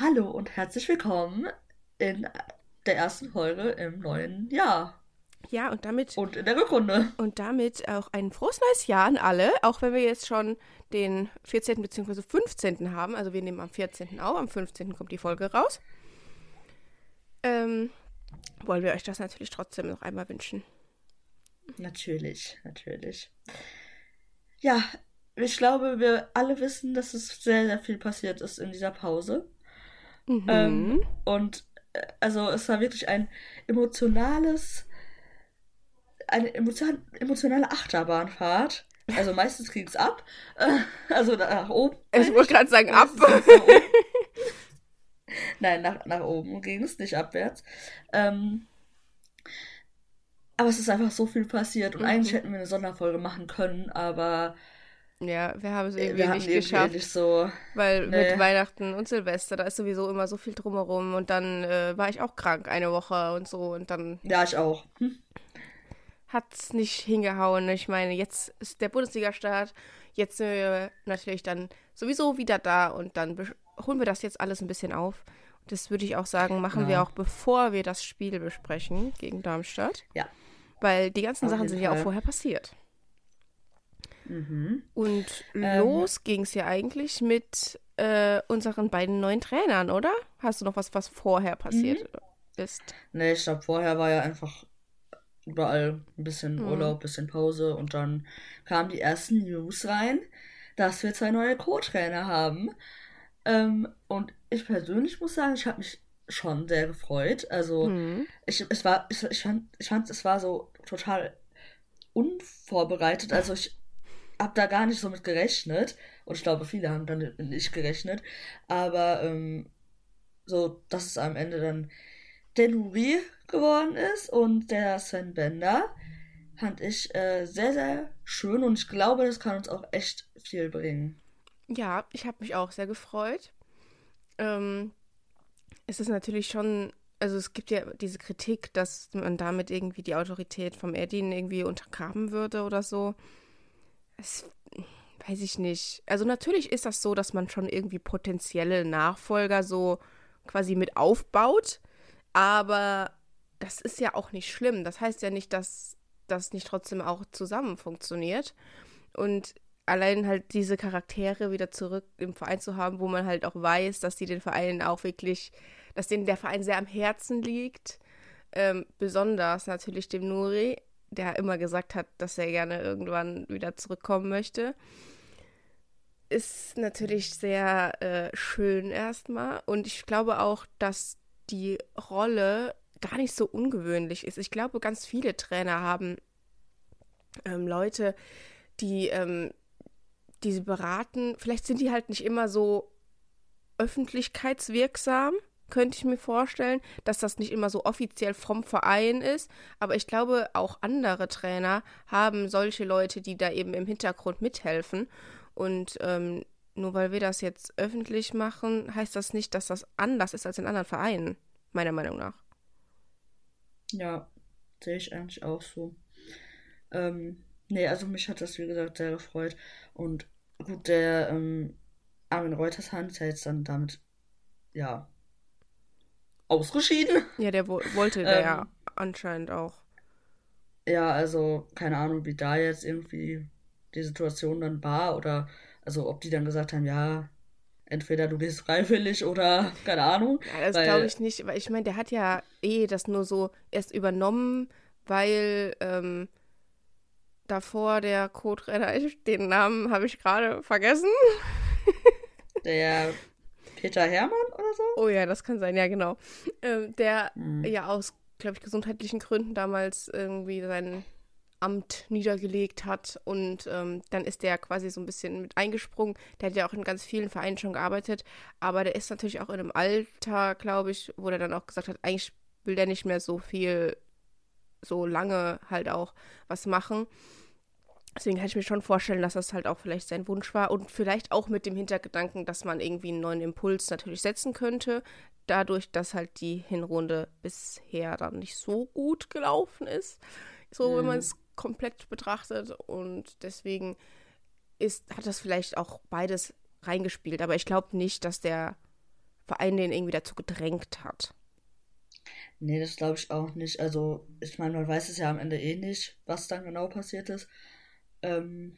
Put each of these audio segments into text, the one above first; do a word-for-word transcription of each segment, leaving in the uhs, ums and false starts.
Hallo und herzlich willkommen in der ersten Folge im neuen Jahr Ja, und damit, und in der Rückrunde. und damit auch ein frohes neues Jahr an alle, auch wenn wir jetzt schon den vierzehnten bzw. fünfzehnten haben. Also wir nehmen am vierzehnten auf, am fünfzehnten kommt die Folge raus. Ähm, wollen wir euch das natürlich trotzdem noch einmal wünschen. Natürlich, natürlich. Ja, ich glaube, wir alle wissen, dass es sehr, sehr viel passiert ist in dieser Pause. Ähm, Mhm. und äh, also es war wirklich ein emotionales, eine emotion emotionale Achterbahnfahrt. Also meistens ging es ab, äh, also nach oben, Ich meine wollte ich. gerade sagen, ab. Meistens ging es nach oben. Nein, nach, nach oben ging es, nicht abwärts. Ähm, aber es ist einfach so viel passiert und eigentlich Mhm. hätten wir eine Sonderfolge machen können, aber Ja, wir haben es äh, irgendwie wir hatten nicht irgendwie eh nicht geschafft, so. weil mit Nee, Weihnachten und Silvester, da ist sowieso immer so viel drumherum und dann äh, war ich auch krank eine Woche und so und dann ja, ich auch. Hm? hat's nicht hingehauen. Ich meine, jetzt ist der Bundesliga-Start. Jetzt sind wir natürlich dann sowieso wieder da und dann bes- holen wir das jetzt alles ein bisschen auf. Das würde ich auch sagen, machen wir Genau. auch, bevor wir das Spiel besprechen gegen Darmstadt. Ja, Weil die ganzen auf Sachen jeden sind ja auch Fall. vorher passiert. Mhm. Und Ähm, los ging es ja eigentlich mit äh, unseren beiden neuen Trainern, oder? Hast du noch was, was vorher mhm. passiert ist? Nee, ich glaube, vorher war ja einfach überall ein bisschen Hm. Urlaub, bisschen Pause und dann kamen die ersten News rein, dass wir zwei neue Co-Trainer haben. Ähm, und ich persönlich muss sagen, ich habe mich schon sehr gefreut. Also Hm. ich, es war, ich, ich fand, ich fand, es war so total unvorbereitet. Also ich habe da gar nicht so mit gerechnet. Und ich glaube, viele haben damit nicht gerechnet. Aber ähm, so, dass es am Ende dann der Nuri geworden ist und der Sven Bender, fand ich äh, sehr, sehr schön. Und ich glaube, das kann uns auch echt viel bringen. Ja, ich habe mich auch sehr gefreut. Ähm, Es ist natürlich schon, also es gibt ja diese Kritik, dass man damit irgendwie die Autorität vom Erdin irgendwie untergraben würde oder so. Das weiß ich nicht. Also natürlich ist das so, dass man schon irgendwie potenzielle Nachfolger so quasi mit aufbaut, aber das ist ja auch nicht schlimm. Das heißt ja nicht, dass das nicht trotzdem auch zusammen funktioniert. Und allein halt diese Charaktere wieder zurück im Verein zu haben, wo man halt auch weiß, dass die den Verein auch wirklich, dass denen der Verein sehr am Herzen liegt. Ähm, besonders natürlich dem Nuri, der immer gesagt hat, dass er gerne irgendwann wieder zurückkommen möchte. Ist natürlich sehr äh, schön erstmal. Und ich glaube auch, dass die Rolle gar nicht so ungewöhnlich ist. Ich glaube, ganz viele Trainer haben ähm, Leute, die ähm, die sie beraten. Vielleicht sind die halt nicht immer so öffentlichkeitswirksam, könnte ich mir vorstellen, dass das nicht immer so offiziell vom Verein ist. Aber ich glaube, auch andere Trainer haben solche Leute, die da eben im Hintergrund mithelfen. Und ähm, nur weil wir das jetzt öffentlich machen, heißt das nicht, dass das anders ist als in anderen Vereinen, meiner Meinung nach. Ja, sehe ich eigentlich auch so. Ähm, nee, also mich hat das, wie gesagt, sehr gefreut. Und gut, der ähm, Armin Reutershahn ist ja jetzt dann damit, ja, ausgeschieden. Ja, der wo wollte der ja Ähm, anscheinend auch. ja, also keine Ahnung, wie da jetzt irgendwie die Situation dann war oder also ob die dann gesagt haben, ja, entweder du gehst freiwillig oder keine Ahnung, Ja, das glaube weil ich nicht, weil ich meine, der hat ja eh das nur so erst übernommen, weil ähm, davor der Co-Trainer, ich- den Namen habe ich gerade vergessen. der Peter Hermann oder so? Oh ja, das kann sein, ja genau. Ähm, der Hm. ja aus, glaube ich, gesundheitlichen Gründen damals irgendwie sein Amt niedergelegt hat und ähm, dann ist der quasi so ein bisschen mit eingesprungen. Der hat ja auch in ganz vielen Vereinen schon gearbeitet, aber der ist natürlich auch in einem Alter, glaube ich, wo der dann auch gesagt hat, eigentlich will der nicht mehr so viel, so lange halt auch was machen. Deswegen kann ich mir schon vorstellen, dass das halt auch vielleicht sein Wunsch war und vielleicht auch mit dem Hintergedanken, dass man irgendwie einen neuen Impuls natürlich setzen könnte, dadurch, dass halt die Hinrunde bisher dann nicht so gut gelaufen ist, so wenn man Hm. es komplett betrachtet und deswegen ist, hat das vielleicht auch beides reingespielt, aber ich glaube nicht, dass der Verein den irgendwie dazu gedrängt hat. Nee, das glaube ich auch nicht. Also, ich meine, man weiß es ja am Ende eh nicht, was dann genau passiert ist. Ähm,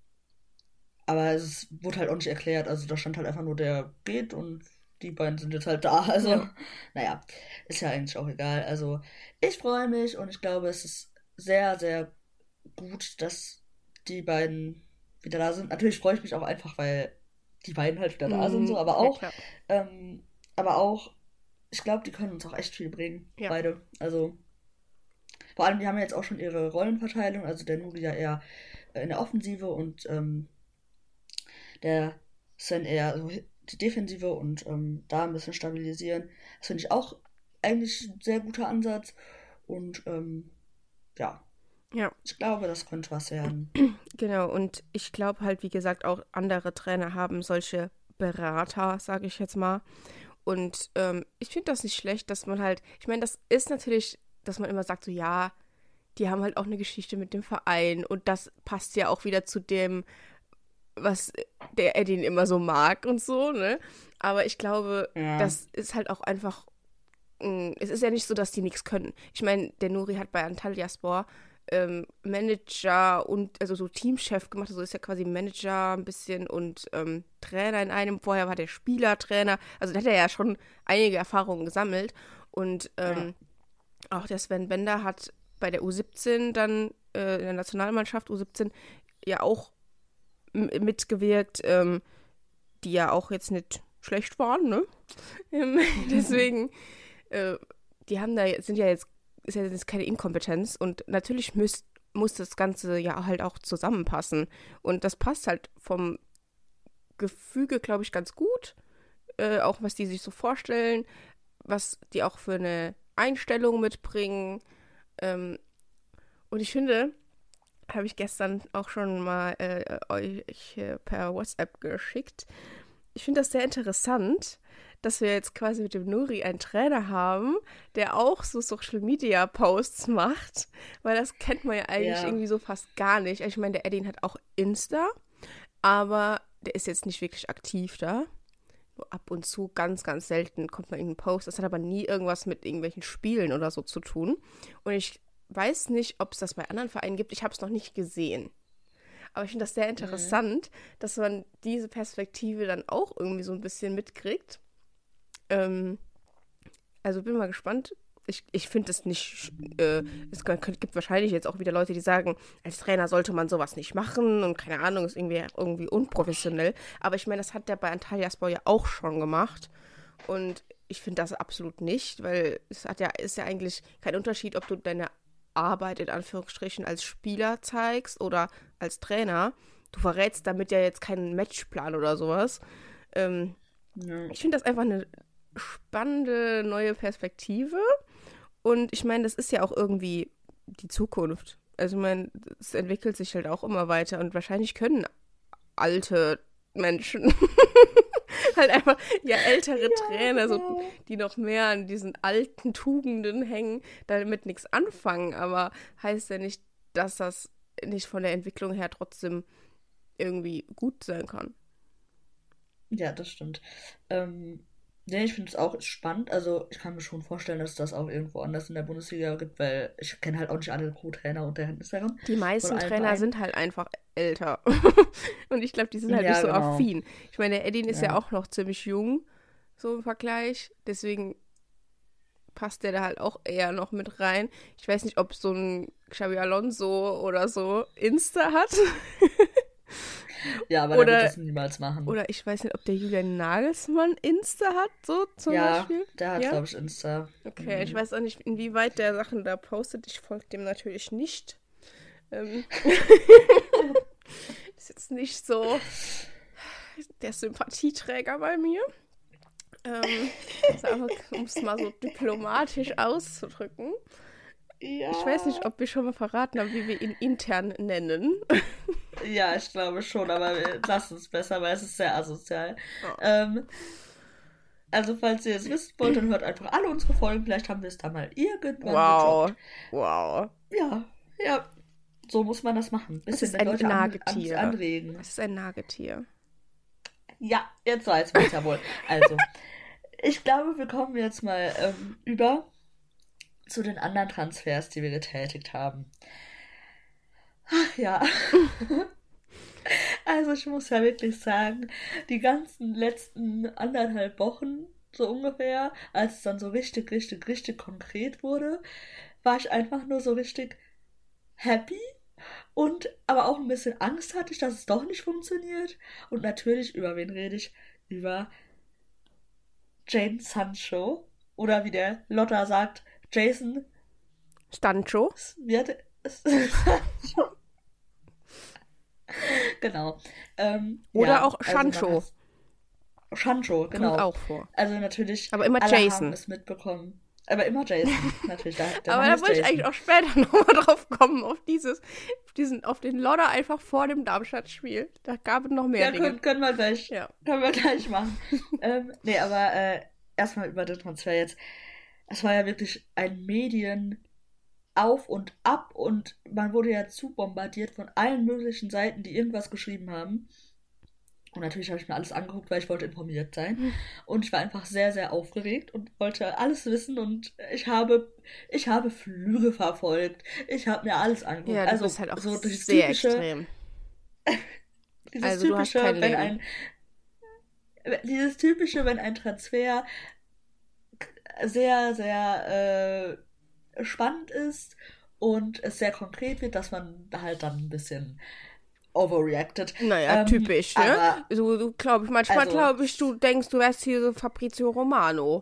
aber es wurde halt auch nicht erklärt. Also, da stand halt einfach nur, der geht und die beiden sind jetzt halt da. Also, Ja. naja, ist ja eigentlich auch egal. Also, ich freue mich und ich glaube, es ist sehr, sehr gut, dass die beiden wieder da sind. Natürlich freue ich mich auch einfach, weil die beiden halt wieder da sind, so, Mhm, aber ja, auch, klar. ähm, aber auch, ich glaube, die können uns auch echt viel bringen, Ja. beide. Also, vor allem, die haben ja jetzt auch schon ihre Rollenverteilung, also der Nuri ja eher äh, in der Offensive und ähm, der Sven eher so die Defensive und ähm, da ein bisschen stabilisieren. Das finde ich auch eigentlich ein sehr guter Ansatz und ähm, ja, Ja, ich glaube, das könnte was werden. genau. Und ich glaube halt, wie gesagt, auch andere Trainer haben solche Berater, sage ich jetzt mal. Und ähm, ich finde das nicht schlecht, dass man halt, ich meine, das ist natürlich, dass man immer sagt, so ja, die haben halt auch eine Geschichte mit dem Verein und das passt ja auch wieder zu dem, was der Edin immer so mag und so, ne? Aber ich glaube, Ja, das ist halt auch einfach, mh, es ist ja nicht so, dass die nichts können. Ich meine, der Nuri hat bei Antalyaspor ähm, Manager und also so Teamchef gemacht, also ist ja quasi Manager ein bisschen und ähm, Trainer in einem. Vorher war der Spielertrainer, also da hat er ja schon einige Erfahrungen gesammelt und ja, ähm, auch der Sven Bender hat bei der U siebzehn dann äh, in der Nationalmannschaft U siebzehn ja auch m- mitgewirkt, ähm, die ja auch jetzt nicht schlecht waren, ne? Ähm, Deswegen, äh, die haben da jetzt, sind ja jetzt, ist ja jetzt keine Inkompetenz und natürlich müß, muss das Ganze ja halt auch zusammenpassen. Und das passt halt vom Gefüge, glaube ich, ganz gut. Äh, auch was die sich so vorstellen, was die auch für eine Einstellung mitbringen. Ähm, und ich finde, habe ich gestern auch schon mal äh, euch äh, per WhatsApp geschickt. Ich finde das sehr interessant, dass wir jetzt quasi mit dem Nuri einen Trainer haben, der auch so Social Media Posts macht, weil das kennt man ja eigentlich ja, irgendwie so fast gar nicht. Ich meine, der Edin hat auch Insta, aber der ist jetzt nicht wirklich aktiv da. Nur ab und zu, ganz, ganz selten kommt mal irgendein Post. Das hat aber nie irgendwas mit irgendwelchen Spielen oder so zu tun. Und ich weiß nicht, ob es das bei anderen Vereinen gibt. Ich habe es noch nicht gesehen. Aber ich finde das sehr mhm. interessant, dass man diese Perspektive dann auch irgendwie so ein bisschen mitkriegt. Ähm, also bin mal gespannt. Ich, ich finde es nicht, äh, es gibt wahrscheinlich jetzt auch wieder Leute, die sagen, als Trainer sollte man sowas nicht machen und keine Ahnung, ist irgendwie, irgendwie unprofessionell. Aber ich meine, das hat der bei Antalyaspor ja auch schon gemacht. Und ich finde das absolut nicht, weil es hat ja, ist ja eigentlich kein Unterschied, ob du deine Arbeit in Anführungsstrichen als Spieler zeigst oder als Trainer. Du verrätst damit ja jetzt keinen Matchplan oder sowas. Ähm, Ja. ich finde das einfach eine spannende neue Perspektive. Und ich meine, das ist ja auch irgendwie die Zukunft. Also ich meine, es entwickelt sich halt auch immer weiter und wahrscheinlich können alte Menschen halt einfach, ja, ältere Ja, Trainer, so, genau. die noch mehr an diesen alten Tugenden hängen, damit nichts anfangen. Aber heißt ja nicht, dass das nicht von der Entwicklung her trotzdem irgendwie gut sein kann. Ja, das stimmt. Ähm, nee, ich finde es auch spannend. Also, ich kann mir schon vorstellen, dass es das auch irgendwo anders in der Bundesliga gibt, weil ich kenne halt auch nicht alle Co-Trainer unter Instagram Die von meisten allen Trainer Vereinen. sind halt einfach älter. Und ich glaube, die sind halt nicht Ja, so genau. affin. Ich meine, der Edin ist ja Ja. auch noch ziemlich jung, so im Vergleich. Deswegen passt der da halt auch eher noch mit rein. Ich weiß nicht, ob so ein Xabi Alonso oder so Insta hat. Ja, aber der wird Oder, das niemals machen. oder ich weiß nicht, ob der Julian Nagelsmann Insta hat, so zum Ja, Beispiel. der hat, Ja? glaube ich, Insta. Okay, ich Mhm. weiß auch nicht, inwieweit der Sachen da postet. Ich folge dem natürlich nicht. Ähm, ist jetzt nicht so der Sympathieträger bei mir. Ähm, also, um es mal so diplomatisch auszudrücken. Ich weiß Ja. nicht, ob wir schon mal verraten haben, wie wir ihn intern nennen. Ja, ich glaube schon, aber wir lassen es besser, weil es ist sehr asozial. Oh. Ähm, also, falls ihr es wissen wollt, dann hört einfach alle unsere Folgen. Vielleicht haben wir es da mal irgendwann gedroppt. Wow. Wow. Ja, ja, so muss man das machen. Es Bisschen ist die ein Leute an, an, Nagetier. anregen. Es ist ein Nagetier. Ja, jetzt weiß man es ja wohl. Also, ich glaube, wir kommen jetzt mal ähm, über zu den anderen Transfers, die wir getätigt haben. Ach ja. Also ich muss ja wirklich sagen, die ganzen letzten anderthalb Wochen, so ungefähr, als es dann so richtig, richtig, richtig konkret wurde, war ich einfach nur so richtig happy und aber auch ein bisschen Angst hatte ich, dass es doch nicht funktioniert. Und natürlich, über wen rede ich? Über Jadon Sancho. Oder wie der Lotta sagt, Jason Sancho. Wie hat Genau. Ähm, Oder ja, auch also Sancho. man hat's- Sancho, genau. Kommt auch vor. Also natürlich, Aber immer alle Jason. haben es mitbekommen. Aber immer Jason, natürlich. Der, der Aber Mann da ist wollte ich Jason. eigentlich auch später nochmal drauf kommen, auf dieses, auf diesen, auf den Lodder einfach vor dem Darmstadt-Spiel. Da gab es noch mehr Ja, Dinge. können, können wir gleich, Ja. können wir gleich machen. ähm, nee, aber äh, erstmal über den Transfer jetzt. Es war ja wirklich ein Medien auf und ab und man wurde ja zu bombardiert von allen möglichen Seiten, die irgendwas geschrieben haben. Und natürlich habe ich mir alles angeguckt, weil ich wollte informiert sein. Und ich war einfach sehr, sehr aufgeregt und wollte alles wissen. Und ich habe, ich habe Flüge verfolgt. Ich habe mir alles angeguckt. Ja, du also bist halt auch so dieses sehr typische, extrem. dieses Also du hast typische, kein wenn Leben. ein, dieses typische, wenn ein Transfer sehr, sehr äh, spannend ist und es sehr konkret wird, dass man halt dann ein bisschen overreacted. Naja, Ähm, typisch, ne? aber So, du glaube ich, manchmal Also- glaube ich, du denkst, du wärst hier so Fabrizio Romano.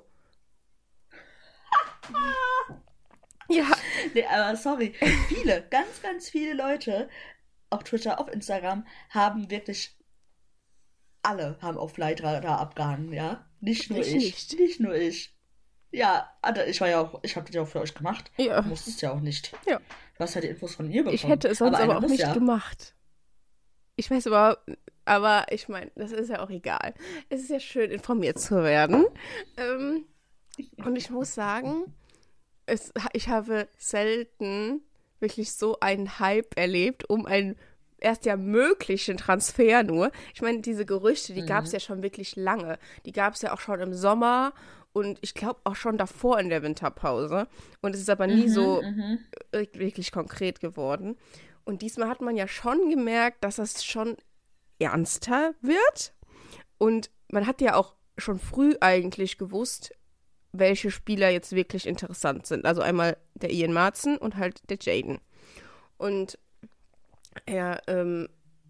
Ja, Nee, aber sorry, viele, ganz, ganz viele Leute auf Twitter, auf Instagram haben wirklich alle haben auf Flightradar abgehangen, ja? Nicht nur Ich ich. nicht. Nicht nur ich. Ja, Alter, ich war ja auch, ich habe das ja auch für euch gemacht. Ja. Du musstest ja auch nicht. Ja. Du hast ja die Infos von ihr bekommen. Ich hätte es sonst aber, einer auch muss nicht ja. gemacht. Ich weiß aber, aber ich meine, das ist ja auch egal. Es ist ja schön, informiert zu werden. Ähm, und ich muss sagen, es, ich habe selten wirklich so einen Hype erlebt, um einen erst ja möglichen Transfer nur. Ich meine, diese Gerüchte, die Mhm. gab es ja schon wirklich lange. Die gab es ja auch schon im Sommer und ich glaube auch schon davor in der Winterpause. Und es ist aber nie Mhm, so mhm. wirklich konkret geworden. Und diesmal hat man ja schon gemerkt, dass das schon ernster wird. Und man hat ja auch schon früh eigentlich gewusst, welche Spieler jetzt wirklich interessant sind. Also einmal der Ian Maatsen und halt der Jadon. Und er, ähm,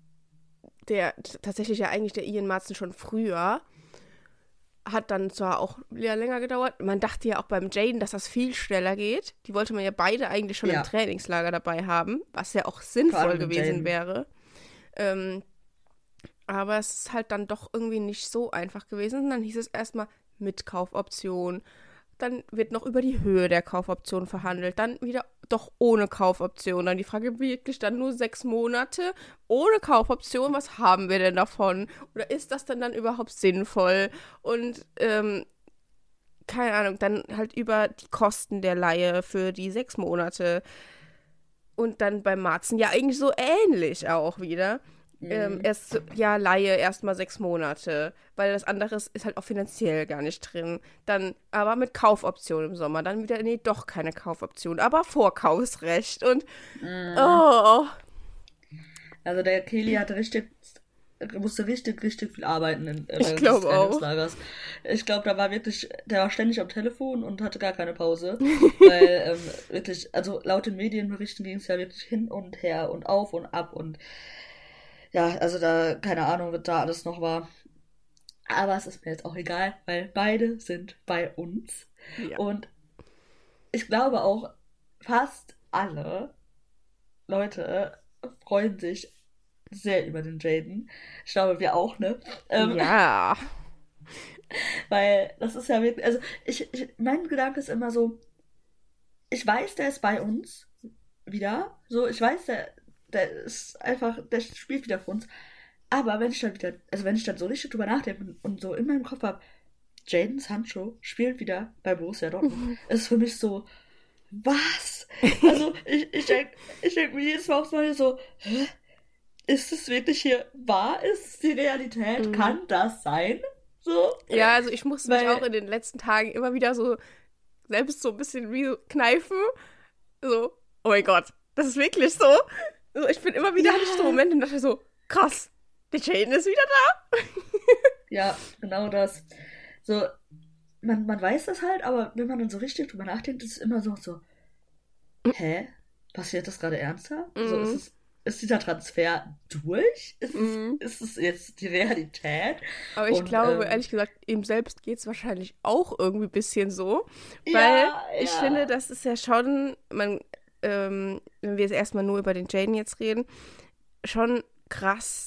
der t- tatsächlich ja eigentlich der Ian Maatsen schon früher, hat dann zwar auch ja, länger gedauert. Man dachte ja auch beim Jadon, dass das viel schneller geht. Die wollte man ja beide eigentlich schon Ja. im Trainingslager dabei haben, was ja auch Vor sinnvoll allem mit gewesen Jadon. wäre. Ähm, aber es ist halt dann doch irgendwie nicht so einfach gewesen. Und dann hieß es erstmal mit Kaufoption. Dann wird noch über die Höhe der Kaufoption verhandelt. Dann wieder doch ohne Kaufoption. Dann die Frage, wirklich dann nur sechs Monate ohne Kaufoption? Was haben wir denn davon? Oder ist das denn dann überhaupt sinnvoll? Und ähm, keine Ahnung, dann halt über die Kosten der Leihe für die sechs Monate. Und dann beim Maatsen ja eigentlich so ähnlich auch wieder. Ähm, erst, ja, Leihe erstmal sechs Monate, weil das andere ist ist halt auch finanziell gar nicht drin. Dann aber mit Kaufoption im Sommer, dann wieder, nee, doch keine Kaufoption, aber Vorkaufsrecht und, oh, Also der Kelly hatte richtig, musste richtig, richtig viel arbeiten in, äh, Ich während glaub des Trainingslagers. Ich glaube, da war wirklich, der war ständig am Telefon und hatte gar keine Pause. weil ähm, wirklich, also laut den Medienberichten ging es ja wirklich hin und her und auf und ab und ja, also da, keine Ahnung, was da alles noch war. Aber es ist mir jetzt auch egal, weil beide sind bei uns. ja. Und ich glaube auch, fast alle Leute freuen sich sehr über den Jadon. Ich glaube, wir auch, ne? Ähm, Ja, Weil das ist ja wirklich, also ich, ich, mein Gedanke ist immer so, ich weiß, der ist bei uns wieder. So, ich weiß, der, der ist einfach, der spielt wieder für uns. Aber wenn ich dann wieder, also wenn ich dann so richtig drüber nachdenke und, und so in meinem Kopf habe, Jadon Sancho spielt wieder bei Borussia Dortmund, ist für mich so, was? Also ich, ich denke ich denk mir jedes Mal aufs Neue so, hä? Ist es wirklich hier wahr? Ist es die Realität? Mhm. Kann das sein? So. Ja, also ich musste Weil, mich auch in den letzten Tagen immer wieder so selbst so ein bisschen wie so kneifen. So, oh mein Gott, das ist wirklich so. So, ich bin immer wieder, ja, hatte ich so Momente und dachte so, krass, der Jaden ist wieder da. ja, genau das. So, man, man weiß das halt, aber wenn man dann so richtig drüber nachdenkt, ist es immer so, so, hä? Passiert das gerade ernsthaft? So, ist Mhm. es, ist dieser Transfer durch? Ist es, Mhm. ist es jetzt die Realität? Aber ich Und, glaube, ähm, ehrlich gesagt, ihm selbst geht es wahrscheinlich auch irgendwie ein bisschen so, weil ja, ich finde, ja. das ist ja schon, man, ähm, wenn wir jetzt erstmal nur über den Jaden jetzt reden, schon krass,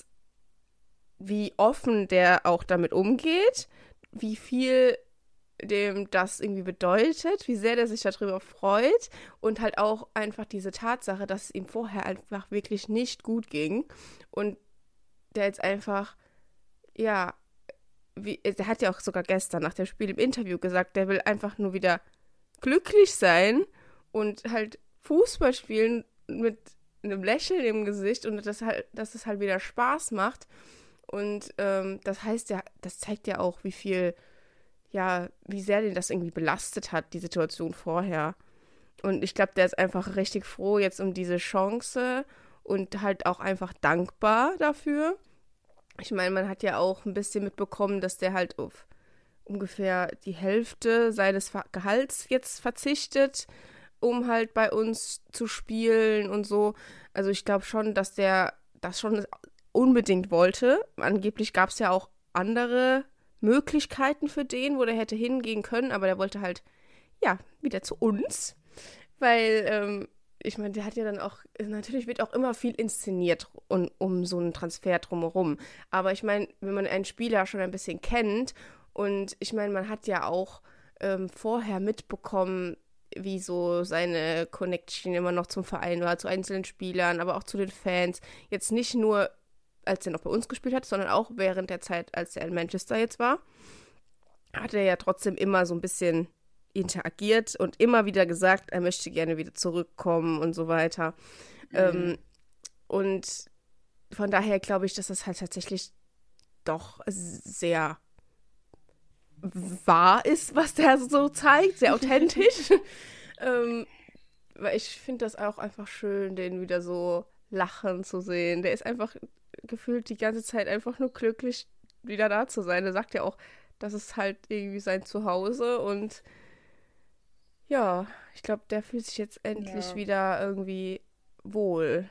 wie offen der auch damit umgeht, wie viel dem das irgendwie bedeutet, wie sehr der sich darüber freut und halt auch einfach diese Tatsache, dass es ihm vorher einfach wirklich nicht gut ging und der jetzt einfach, ja, wie, der hat ja auch sogar gestern nach dem Spiel im Interview gesagt, der will einfach nur wieder glücklich sein und halt Fußball spielen mit einem Lächeln im Gesicht und das halt, dass es halt wieder Spaß macht. Und ähm, das heißt ja, das zeigt ja auch, wie viel, ja, wie sehr den das irgendwie belastet hat, die Situation vorher. Und ich glaube, der ist einfach richtig froh jetzt um diese Chance und halt auch einfach dankbar dafür. Ich meine, man hat ja auch ein bisschen mitbekommen, dass der halt auf ungefähr die Hälfte seines Gehalts jetzt verzichtet, um halt bei uns zu spielen und so. Also ich glaube schon, dass der das schon unbedingt wollte. Angeblich gab es ja auch andere Möglichkeiten für den, wo der hätte hingehen können, aber der wollte halt, ja, wieder zu uns. Weil, ähm, ich meine, der hat ja dann auch, natürlich wird auch immer viel inszeniert um, um so einen Transfer drumherum. Aber ich meine, wenn man einen Spieler schon ein bisschen kennt und ich meine, man hat ja auch ähm, vorher mitbekommen, wie so seine Connection immer noch zum Verein war, zu einzelnen Spielern, aber auch zu den Fans. Jetzt nicht nur, als er noch bei uns gespielt hat, sondern auch während der Zeit, als er in Manchester jetzt war, hat er ja trotzdem immer so ein bisschen interagiert und immer wieder gesagt, er möchte gerne wieder zurückkommen und so weiter. Mhm. Ähm, und von daher glaube ich, dass das halt tatsächlich doch sehr wahr ist, was der so zeigt, sehr authentisch. ähm, weil ich finde das auch einfach schön, den wieder so lachen zu sehen. Der ist einfach gefühlt die ganze Zeit einfach nur glücklich, wieder da zu sein. Er sagt ja auch, das ist halt irgendwie sein Zuhause und ja, ich glaube, der fühlt sich jetzt endlich Ja, wieder irgendwie wohl.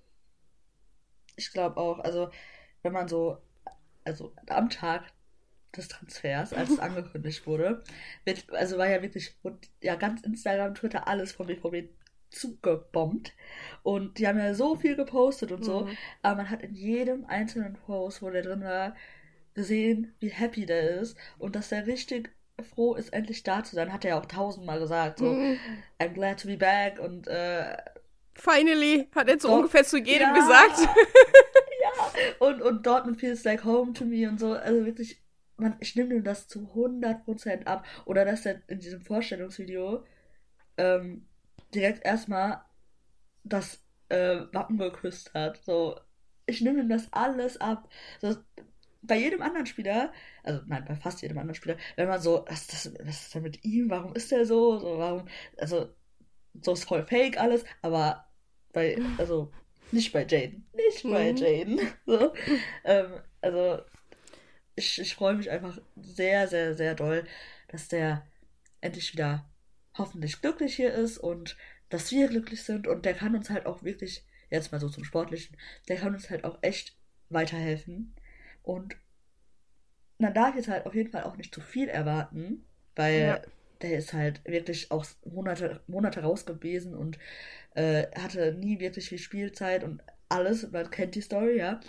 ich glaube auch, also wenn man so, also am Tag des Transfers, als es angekündigt wurde, wird, also war ja wirklich, und ja, ganz Instagram, Twitter, alles vom B V B zugebombt. Und die haben ja so viel gepostet und so, Mhm. aber man hat in jedem einzelnen Post, wo der drin war, gesehen, wie happy der ist und dass der richtig froh ist, endlich da zu sein. Hat er ja auch tausendmal gesagt, so, Mhm. I'm glad to be back und äh, Finally, hat er so doch, ungefähr zu jedem ja, gesagt. ja, und, und Dortmund feels like home to me und so, also wirklich, man, ich nehme ihm das zu hundert Prozent ab. Oder dass er in diesem Vorstellungsvideo ähm, direkt erstmal das äh, Wappen geküsst hat. So, ich nehme ihm das alles ab. So, bei jedem anderen Spieler, also nein, bei fast jedem anderen Spieler, wenn man so, was, das, was ist denn mit ihm? Warum ist der so? So, warum, also, so ist voll fake alles, aber bei, also, nicht bei Jaden. Nicht bei Mhm. Jaden. So, ähm, also, ich, ich freue mich einfach sehr, sehr, sehr doll, dass der endlich wieder hoffentlich glücklich hier ist und dass wir glücklich sind und der kann uns halt auch wirklich, jetzt mal so zum Sportlichen, der kann uns halt auch echt weiterhelfen und man darf jetzt halt auf jeden Fall auch nicht zu viel erwarten, Ja. weil der ist halt wirklich auch Monate, Monate raus gewesen und äh, hatte nie wirklich viel Spielzeit und alles, man kennt die Story, ja.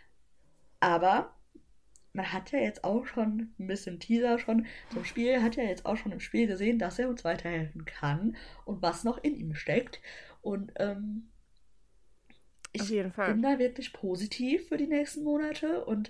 Aber man hat ja jetzt auch schon ein bisschen Teaser schon zum Spiel, hat ja jetzt auch schon im Spiel gesehen, dass er uns weiterhelfen kann und was noch in ihm steckt. Und ähm, Auf ich jeden Fall. bin da wirklich positiv für die nächsten Monate und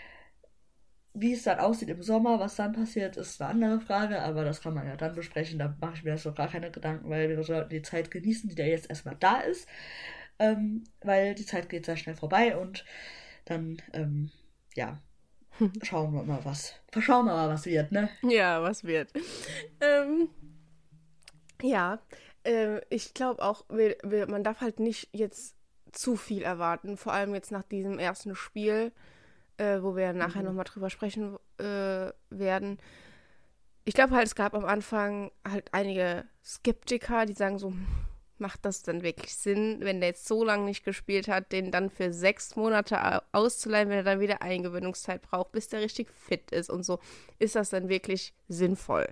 wie es dann aussieht im Sommer, was dann passiert, ist eine andere Frage, aber das kann man ja dann besprechen. Da mache ich mir jetzt noch gar keine Gedanken, weil wir sollten die Zeit genießen, die da jetzt erstmal da ist, ähm, weil die Zeit geht sehr schnell vorbei und dann, ähm, ja, Schauen wir mal, was. Schauen wir mal, was wird, ne? Ja, was wird. Ähm, ja, äh, ich glaube auch, wir, wir, man darf halt nicht jetzt zu viel erwarten. Vor allem jetzt nach diesem ersten Spiel, äh, wo wir nachher Mhm. nochmal drüber sprechen äh, werden. Ich glaube halt, es gab am Anfang halt einige Skeptiker, die sagen so, macht das denn wirklich Sinn, wenn der jetzt so lange nicht gespielt hat, den dann für sechs Monate au- auszuleihen, wenn er dann wieder Eingewöhnungszeit braucht, bis der richtig fit ist und so. Ist das dann wirklich sinnvoll?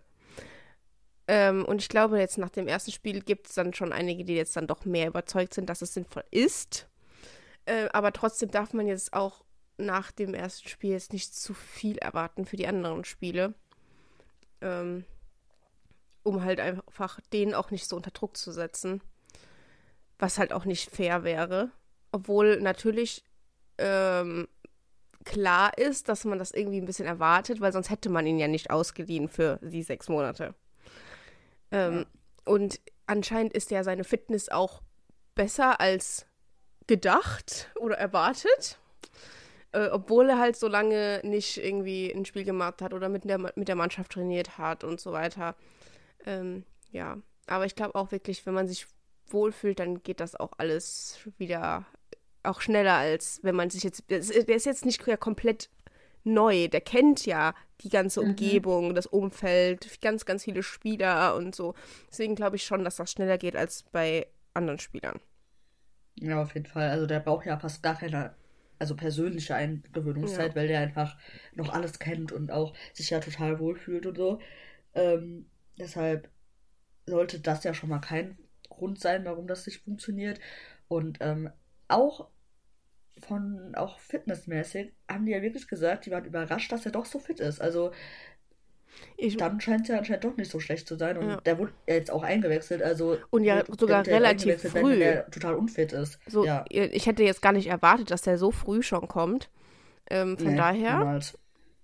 Ähm, und ich glaube, jetzt nach dem ersten Spiel gibt es dann schon einige, die jetzt dann doch mehr überzeugt sind, dass es sinnvoll ist. Äh, aber trotzdem darf man jetzt auch nach dem ersten Spiel jetzt nicht zu viel erwarten für die anderen Spiele. Ähm, um halt einfach den auch nicht so unter Druck zu setzen. Was halt auch nicht fair wäre. Obwohl natürlich ähm, klar ist, dass man das irgendwie ein bisschen erwartet, weil sonst hätte man ihn ja nicht ausgeliehen für die sechs Monate. Ähm, Ja. und anscheinend ist ja seine Fitness auch besser als gedacht oder erwartet. Äh, obwohl er halt so lange nicht irgendwie ein Spiel gemacht hat oder mit der, mit der Mannschaft trainiert hat und so weiter. Ähm, ja, aber ich glaube auch wirklich, wenn man sich wohlfühlt, dann geht das auch alles wieder auch schneller, als wenn man sich jetzt. Der ist jetzt nicht komplett neu. Der kennt ja die ganze Mhm. Umgebung, das Umfeld, ganz, ganz viele Spieler und so. Deswegen glaube ich schon, dass das schneller geht als bei anderen Spielern. Ja, auf jeden Fall. Also der braucht ja fast gar keine, also persönliche Ja. Eingewöhnungszeit, weil der einfach noch alles kennt und auch sich ja total wohlfühlt und so. Ähm, deshalb sollte das ja schon mal kein Grund sein, warum das nicht funktioniert. Und ähm, auch von, auch fitnessmäßig haben die ja wirklich gesagt, die waren überrascht, dass er doch so fit ist. Also Ich, dann scheint es ja anscheinend doch nicht so schlecht zu sein. ja. Und der wurde ja jetzt auch eingewechselt. Also Und ja wird, der wird sogar ja jetzt relativ eingewechselt werden, wenn früh. der total unfit ist. So, Ja, ich hätte jetzt gar nicht erwartet, dass der so früh schon kommt. Ähm, von nee, daher niemals.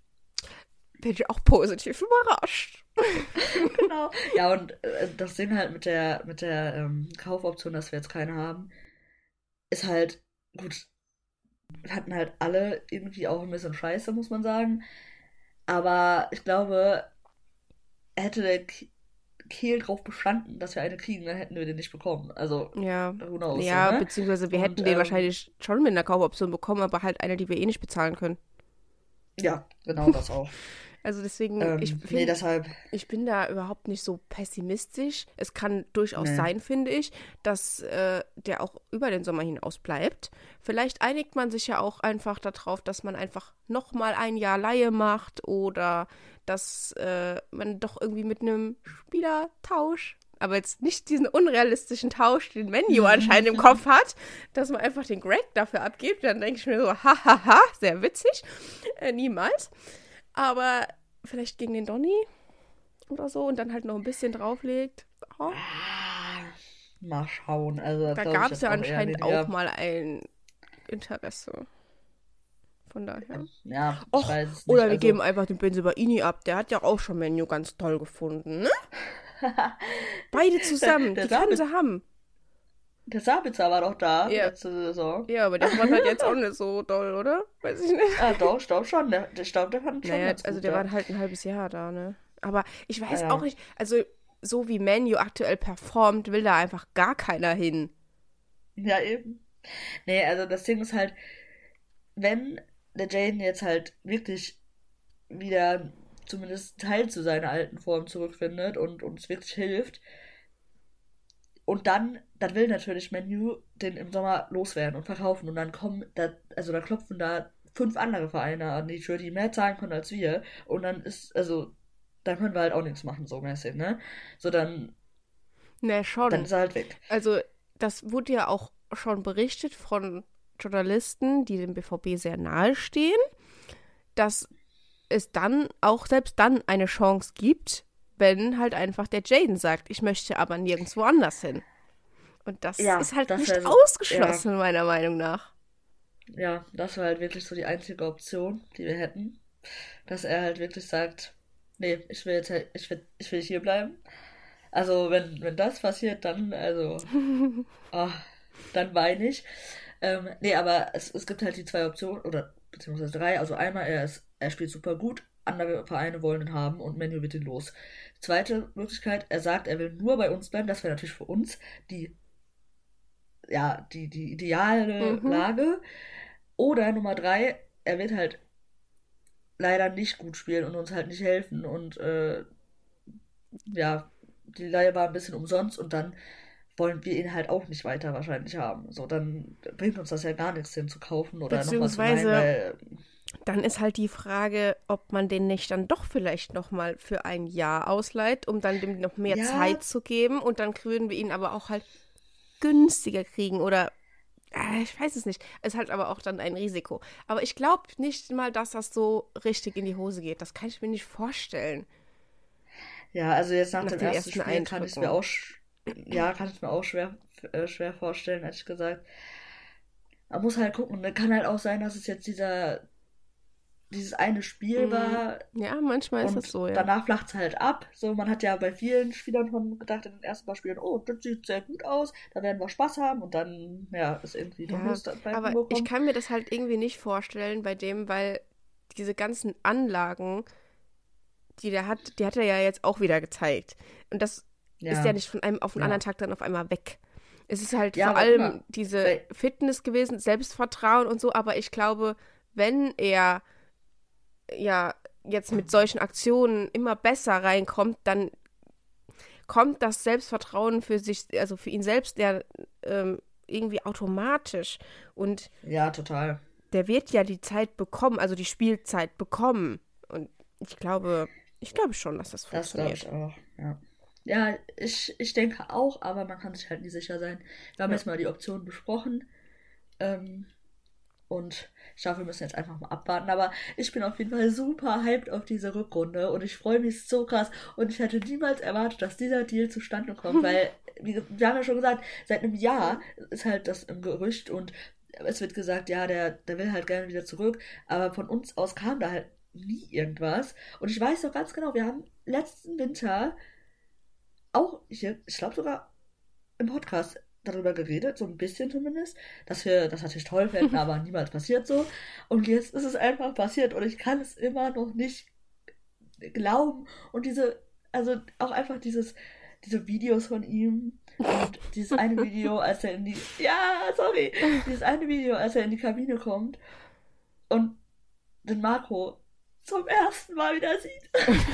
bin ich auch positiv überrascht. Genau. Ja, und äh, das Ding halt mit der, mit der ähm, Kaufoption, dass wir jetzt keine haben, ist halt, gut, wir hatten halt alle irgendwie auch ein bisschen Scheiße, muss man sagen. Aber ich glaube, hätte der K- Kehl drauf bestanden, dass wir eine kriegen, dann hätten wir den nicht bekommen. Also, Ja, who knows, so, ja, ne? beziehungsweise wir Und hätten den ähm, wahrscheinlich schon mit einer Kaufoption bekommen, aber halt eine, die wir eh nicht bezahlen können. ja, genau das auch. Also deswegen, ich Ähm, nee, finde, deshalb, ich bin da überhaupt nicht so pessimistisch. Es kann durchaus nee. sein, finde ich, dass äh, der auch über den Sommer hinaus bleibt. Vielleicht einigt man sich ja auch einfach darauf, dass man einfach nochmal ein Jahr Laie macht oder dass äh, man doch irgendwie mit einem Spielertausch, aber jetzt nicht diesen unrealistischen Tausch, den Menu anscheinend im Kopf hat, dass man einfach den Greg dafür abgibt. Dann denke ich mir so, hahaha, sehr witzig. Äh, niemals. Aber vielleicht gegen den Donny oder so und dann halt noch ein bisschen drauflegt. Oh, Ah, mal schauen. Also, das da glaube ich gab es jetzt ja auch eher anscheinend auch weniger. mal ein Interesse. Von daher. Ja, ich Och, weiß es nicht. oder wir Also, geben einfach den Benzebaini ab. Der hat ja auch schon Menu ganz toll gefunden, ne? Beide der, zusammen, der, die können Sabitzer, sie haben. der Sabitzer war doch da Ja, letzte Saison. ja, aber der fand halt jetzt auch nicht so doll, oder? Weiß ich nicht. Ah, doch, ich glaube schon. Der, ich glaube, der fand schon Naja, ganz also gut der da. war halt ein halbes Jahr da, ne? Aber ich Ah, weiß auch ja. nicht, also so wie Menu aktuell performt, will da einfach gar keiner hin. Ja, eben. Nee, also das Ding ist halt, wenn der Jaden jetzt halt wirklich wieder zumindest einen Teil zu seiner alten Form zurückfindet und uns wirklich hilft, und dann, dann will natürlich Menu den im Sommer loswerden und verkaufen. Und dann kommen, da, also da klopfen da fünf andere Vereine an die Tür, die mehr zahlen können als wir. Und dann ist, also, dann können wir halt auch nichts machen, so mäßig, ne? So, dann, Ne, dann schon. ist er halt weg. Also, das wurde ja auch schon berichtet von Journalisten, die dem B V B sehr nahe stehen, dass es dann auch selbst dann eine Chance gibt, wenn halt einfach der Jaden sagt, ich möchte aber nirgendwo anders hin. Und das Ja, ist halt das nicht wäre so, ja, ausgeschlossen, meiner Meinung nach. ja, das war halt wirklich so die einzige Option, die wir hätten. Dass er halt wirklich sagt, nee, ich will jetzt, halt- ich will, ich will hier bleiben. Also, wenn, wenn das passiert, dann, also, ah, dann weine ich. Ähm, nee, aber es, es gibt halt die zwei Optionen, oder beziehungsweise drei. Also einmal, er ist er spielt super gut, andere Vereine wollen ihn haben und Man U wird ihn los. Zweite Möglichkeit, er sagt, er will nur bei uns bleiben, das wäre natürlich für uns die, ja, die, die ideale Mhm. Lage. Oder Nummer drei, er wird halt leider nicht gut spielen und uns halt nicht helfen und äh, ja, die Leihe war ein bisschen umsonst und dann wollen wir ihn halt auch nicht weiter wahrscheinlich haben. So, dann bringt uns das ja gar nichts, den zu kaufen oder nochmal zu leihen, Beziehungsweise, weil dann ist halt die Frage, ob man den nicht dann doch vielleicht nochmal für ein Jahr ausleiht, um dann dem noch mehr ja, Zeit zu geben und dann würden wir ihn aber auch halt günstiger kriegen oder äh, ich weiß es nicht. Es ist halt aber auch dann ein Risiko. Aber ich glaube nicht mal, dass das so richtig in die Hose geht. Das kann ich mir nicht vorstellen. ja, also jetzt nach Nach dem den ersten ersten Spiel kann ich es mir Eindrücken. auch, sch- ja, kann ich es mir auch schwer, äh, schwer vorstellen, ehrlich gesagt. Man muss halt gucken, ne? Kann halt auch sein, dass es jetzt dieser, dieses eine Spiel Mm, war Ja, manchmal ist das und so, ja. danach flacht es halt ab. So, man hat ja bei vielen Spielern schon gedacht in den ersten paar Spielen, oh, das sieht sehr gut aus, da werden wir Spaß haben und dann, ja, ist irgendwie doch Ja, Lust bei aber ich rumgekommen. kann mir das halt irgendwie nicht vorstellen bei dem, weil diese ganzen Anlagen, die der hat, die hat er ja jetzt auch wieder gezeigt. Und das ist ja Ja, nicht von einem auf den ja. anderen Tag dann auf einmal weg. Es ist halt Ja, vor aber guck allem mal, diese bei, Fitness gewesen, Selbstvertrauen und so, aber ich glaube, wenn er ja jetzt mit solchen Aktionen immer besser reinkommt, dann kommt das Selbstvertrauen für sich, also für ihn selbst, ja ähm, irgendwie automatisch. Und ja, total. der wird ja die Zeit bekommen, also die Spielzeit bekommen. Und ich glaube, ich glaube schon, dass das Das glaube ich funktioniert. auch, ja. Ja, ich, ich denke auch, aber man kann sich halt nie sicher sein. Wir haben Ja. jetzt mal die Optionen besprochen. Ähm, und ich glaube, wir müssen jetzt einfach mal abwarten. Aber ich bin auf jeden Fall super hyped auf diese Rückrunde und ich freue mich so krass. Und ich hätte niemals erwartet, dass dieser Deal zustande kommt, weil, wie, ge- wir haben ja schon gesagt, seit einem Jahr ist halt das im Gerücht und es wird gesagt, ja, der, der will halt gerne wieder zurück. Aber von uns aus kam da halt nie irgendwas. Und ich weiß doch ganz genau, wir haben letzten Winter auch, hier, ich glaube sogar im Podcast darüber geredet, so ein bisschen zumindest, dass wir das natürlich toll fänden, aber niemals passiert so. Und jetzt ist es einfach passiert und ich kann es immer noch nicht glauben. Und diese, also auch einfach dieses, diese Videos von ihm und dieses eine Video, als er in die, ja, sorry, dieses eine Video, als er in die Kabine kommt und den Marco zum ersten Mal wieder sieht.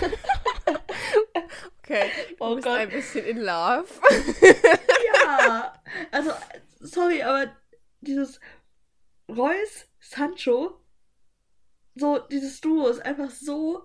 Okay, du Oh bist Gott. ein bisschen in love. Ja, also, sorry, aber dieses Reus, Sancho, so, dieses Duo ist einfach so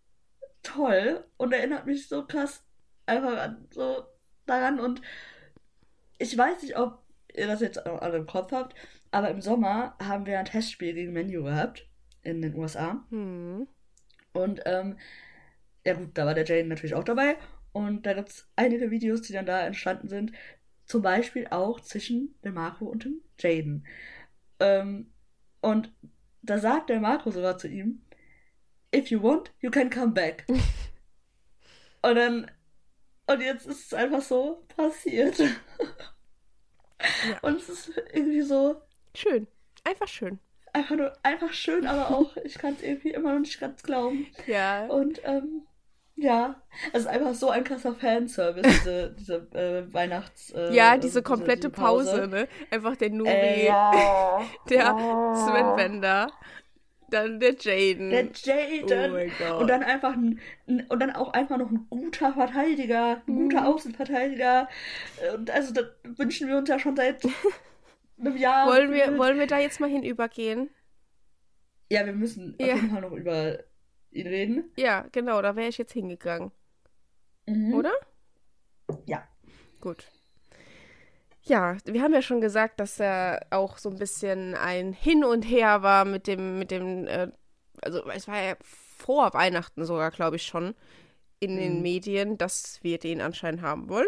toll und erinnert mich so krass einfach an, so daran und ich weiß nicht, ob ihr das jetzt auch alle im Kopf habt, aber im Sommer haben wir ein Testspiel gegen Man U gehabt in den U S A Hm. und ähm, ja gut, da war der Jaden natürlich auch dabei und da gibt es einige Videos, die dann da entstanden sind, zum Beispiel auch zwischen dem Marco und dem Jaden. Ähm, und da sagt der Marco sogar zu ihm, if you want, you can come back. Und dann, und jetzt ist es einfach so passiert. Ja. Und es ist irgendwie so, Schön. Einfach schön. einfach nur, einfach schön, aber auch, ich kann es irgendwie immer noch nicht ganz glauben. Ja. Und, ähm, ja, es ist einfach so ein krasser Fanservice, diese, diese äh, Weihnachts... Äh, Ja, also diese komplette diese Pause. Pause, ne? Einfach der Nuri, Äh, ja. der Oh. Sven Bender, dann der Jaden. Der Oh Jaden. mein Gott. Und dann einfach ein, ein, und dann auch einfach noch ein guter Verteidiger, ein guter Mhm. Außenverteidiger. Und also das wünschen wir uns ja schon seit einem Jahr. Wollen wir, gefühlt. wollen wir da jetzt mal hinübergehen? Ja, wir müssen Ja. auf jeden Fall noch über ihn reden. Ja, genau, da wäre ich jetzt hingegangen. Mhm. Oder? Ja. Gut. Ja, wir haben ja schon gesagt, dass er auch so ein bisschen ein Hin und Her war mit dem, mit dem, äh, also es war ja vor Weihnachten sogar, glaube ich, schon in den Mhm. Medien, dass wir den anscheinend haben wollen.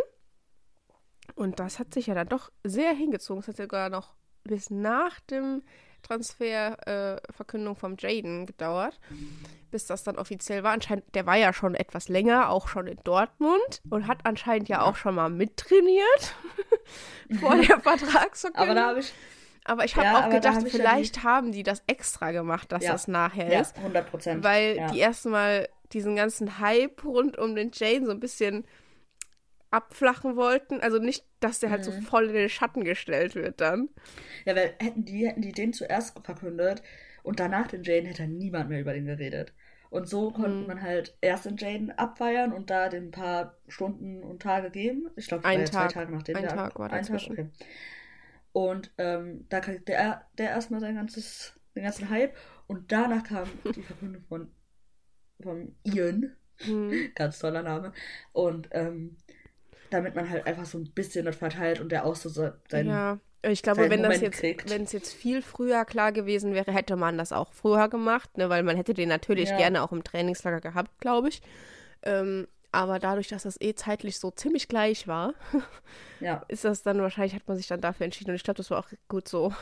Und das hat sich ja dann doch sehr hingezogen. Es hat sogar noch bis nach dem Transferverkündung äh, Verkündung vom Jaden gedauert, bis das dann offiziell war. Anscheinend, der war ja schon etwas länger, auch schon in Dortmund und hat anscheinend ja auch schon mal mittrainiert vor der Vertragsverkündung. Aber da habe ich, Aber ich habe Ja, auch aber da gedacht, habe ich ja vielleicht die. haben die das extra gemacht, dass Ja, das nachher ja, ist, hundert Prozent. weil die Ja. erstmal diesen ganzen Hype rund um den Jane so ein bisschen abflachen wollten. Also nicht, dass der halt so Mhm. voll in den Schatten gestellt wird dann. Ja, weil hätten die, hätten die den zuerst verkündet und danach den Jaden, hätte niemand mehr über den geredet. Und so konnten Hm. man halt erst den Jaden abfeiern und da den ein paar Stunden und Tage geben. Ich glaube, das war Ein ja zwei Tag. Tage nachdem Ein der Tag angekommen. war Ein Tag, dazwischen. okay. Und ähm, da kriegt der, der erstmal sein ganzes, den ganzen Hype. Und danach kam die Verkündung von, von Ian. Hm. Ganz toller Name. Und ähm, damit man halt einfach so ein bisschen das verteilt und der auch so se- seinen, Ja, ich glaube, seinen wenn das Moment jetzt, kriegt. wenn es jetzt viel früher klar gewesen wäre, hätte man das auch früher gemacht, ne? Weil man hätte den natürlich Ja, gerne auch im Trainingslager gehabt, glaube ich. Ähm, aber dadurch, dass das eh zeitlich so ziemlich gleich war, ja, ist das dann wahrscheinlich, hat man sich dann dafür entschieden. Und ich glaube, das war auch gut so.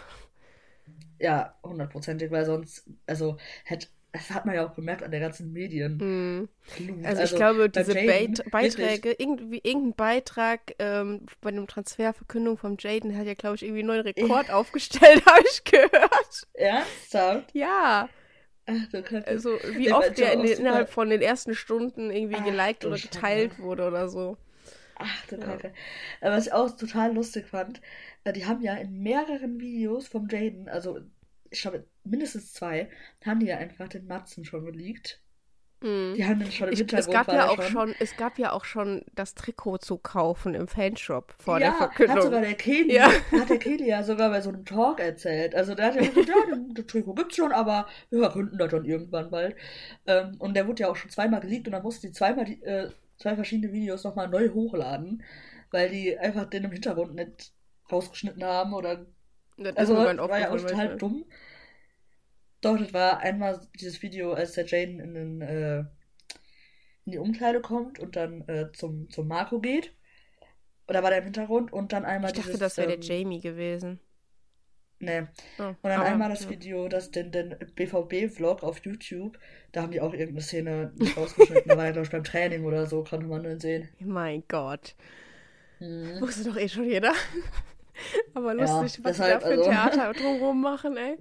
ja, hundertprozentig, weil sonst, also, hätte, das hat man ja auch gemerkt an der ganzen Medienflut. Hm. Also ich Also, glaube, beim diese Jaden, Beit wirklich, Beiträge, irgendwie irgendein Beitrag ähm, bei dem Transferverkündung vom Jaden hat ja, glaube ich, irgendwie einen neuen Rekord aufgestellt, habe ich gehört. ernsthaft? Ja, Ach du Kacke. also wie Der war oft der doch in auch den, innerhalb super. von den ersten Stunden irgendwie Ach geliked du oder Schande. geteilt wurde oder so. Ach du Ja. Kacke. Aber was ich auch total lustig fand, äh, die haben ja in mehreren Videos vom Jaden, also ich glaube mindestens zwei, haben die ja einfach den Matzen schon geleakt. Mhm. Die haben den schon im Ich, es Hintergrund, gab war ja der auch schon. schon, es gab ja auch schon das Trikot zu kaufen im Fanshop vor der Ja, hat sogar Verkündung. der Ja. Kelly, hat der Kelly ja sogar bei so einem Talk erzählt. Also der hat ja gesagt, ja, den- das Trikot gibt's schon, aber wir verkünden das dann irgendwann bald. Ähm, und der wurde ja auch schon zweimal geleakt und dann mussten die zweimal die, äh, zwei verschiedene Videos nochmal neu hochladen, weil die einfach den im Hintergrund nicht rausgeschnitten haben oder. Das ist Also mir gar nicht das war ja auch aufgefallen total manchmal. dumm. Doch, das war einmal dieses Video, als der Jaden in, den, äh, in die Umkleide kommt und dann äh, zum, zum Marco geht. Oder war der im Hintergrund? Und dann Ich einmal dachte, dieses, das wäre der ähm, Jamie gewesen. ne. Oh, Und dann aber einmal das ja. Video, das den, den B V B-Vlog auf YouTube, da haben die auch irgendeine Szene nicht rausgeschnitten. Da war er, glaube ich, beim Training oder so, konnte man dann sehen. Mein Gott. Mhm. Wusste doch eh schon jeder. Aber Ja, lustig, was die da deshalb, für ein also. Theater drumherum machen, ey.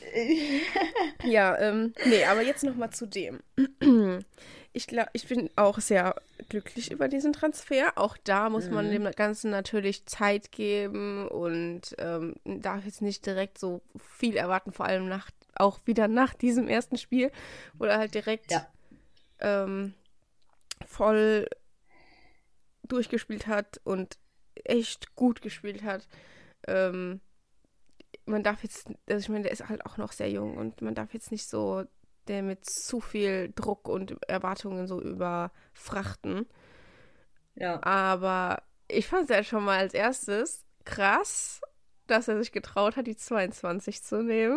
Ja, ähm, nee, aber jetzt nochmal zu dem. Ich glaube, ich bin auch sehr glücklich über diesen Transfer. Auch da muss man dem Mhm. Ganzen natürlich Zeit geben und ähm, darf jetzt nicht direkt so viel erwarten, vor allem nach, auch wieder nach diesem ersten Spiel, wo er halt direkt Ja, ähm, voll durchgespielt hat und echt gut gespielt hat. Ähm, man darf jetzt, also ich meine, der ist halt auch noch sehr jung und man darf jetzt nicht so der mit zu viel Druck und Erwartungen so überfrachten. ja. Aber ich fand es ja schon mal als erstes krass, dass er sich getraut hat, die zweiundzwanzig zu nehmen.